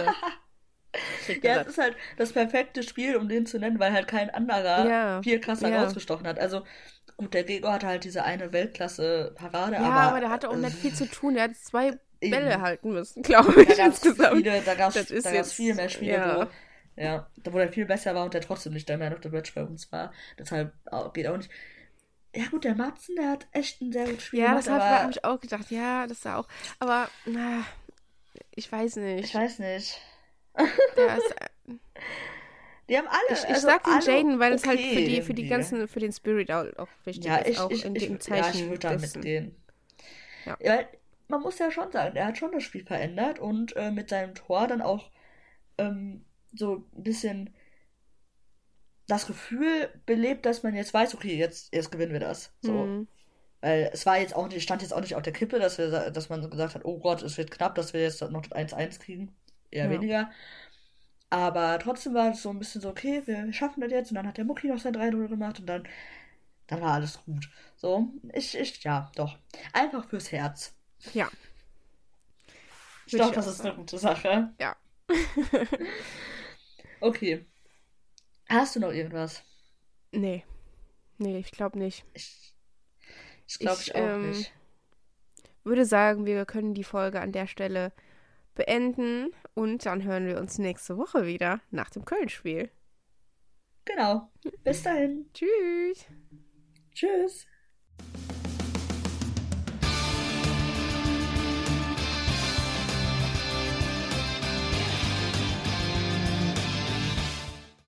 Ja, es ist halt das perfekte Spiel, um den zu nennen, weil halt kein anderer ja. viel krasser ja. rausgestochen hat. Also, gut, der Gregor hatte halt diese eine Weltklasse-Parade. Ja, aber, aber der hatte auch nicht viel zu tun. Er hat zwei eben. Bälle halten müssen, glaube ich. Da gab es insgesamt. Viele, da gab's, das ist da gab's viel mehr Spiele, ja. wo, ja, wo der viel besser war und der trotzdem nicht der Man of the Match bei uns war. Deshalb geht auch nicht. Ja gut, der Matzen, der hat echt ein sehr gutes Spiel ja, gemacht. Ja, das habe ich auch gedacht. Ja, das war auch. Aber, na, ich weiß nicht. Ich weiß nicht. Der ist, die haben alle. Ich, ich also sag den alle Jaden, weil okay es halt für die, für die irgendwie. ganzen, für den Spirit auch, auch wichtig ja, ist. Ich, auch ich, in ich, dem ich, Zeichen. ja, ich würde da dessen. mitgehen. Ja. Ja, man muss ja schon sagen, er hat schon das Spiel verändert und äh, mit seinem Tor dann auch ähm, so ein bisschen das Gefühl belebt, dass man jetzt weiß, okay, jetzt, jetzt gewinnen wir das. So. Mhm. Weil es war jetzt auch nicht, stand jetzt auch nicht auf der Kippe, dass wir, dass man so gesagt hat, oh Gott, es wird knapp, dass wir jetzt noch das eins eins kriegen. Eher Ja. weniger. Aber trotzdem war es so ein bisschen so, okay, wir schaffen das jetzt. Und dann hat der Mucki noch sein drei null gemacht und dann, dann war alles gut. So, ich, ich, ja, doch. Einfach fürs Herz. Ja. Ich Würde glaube, ich das auch ist eine sagen. gute Sache. Ja. Okay. Hast du noch irgendwas? Nee. Nee, ich glaube nicht. Ich, ich glaube ich, Ich, auch ähm, nicht. Würde sagen, wir können die Folge an der Stelle beenden und dann hören wir uns nächste Woche wieder nach dem Köln-Spiel. Genau. Bis dahin. Tschüss. Tschüss.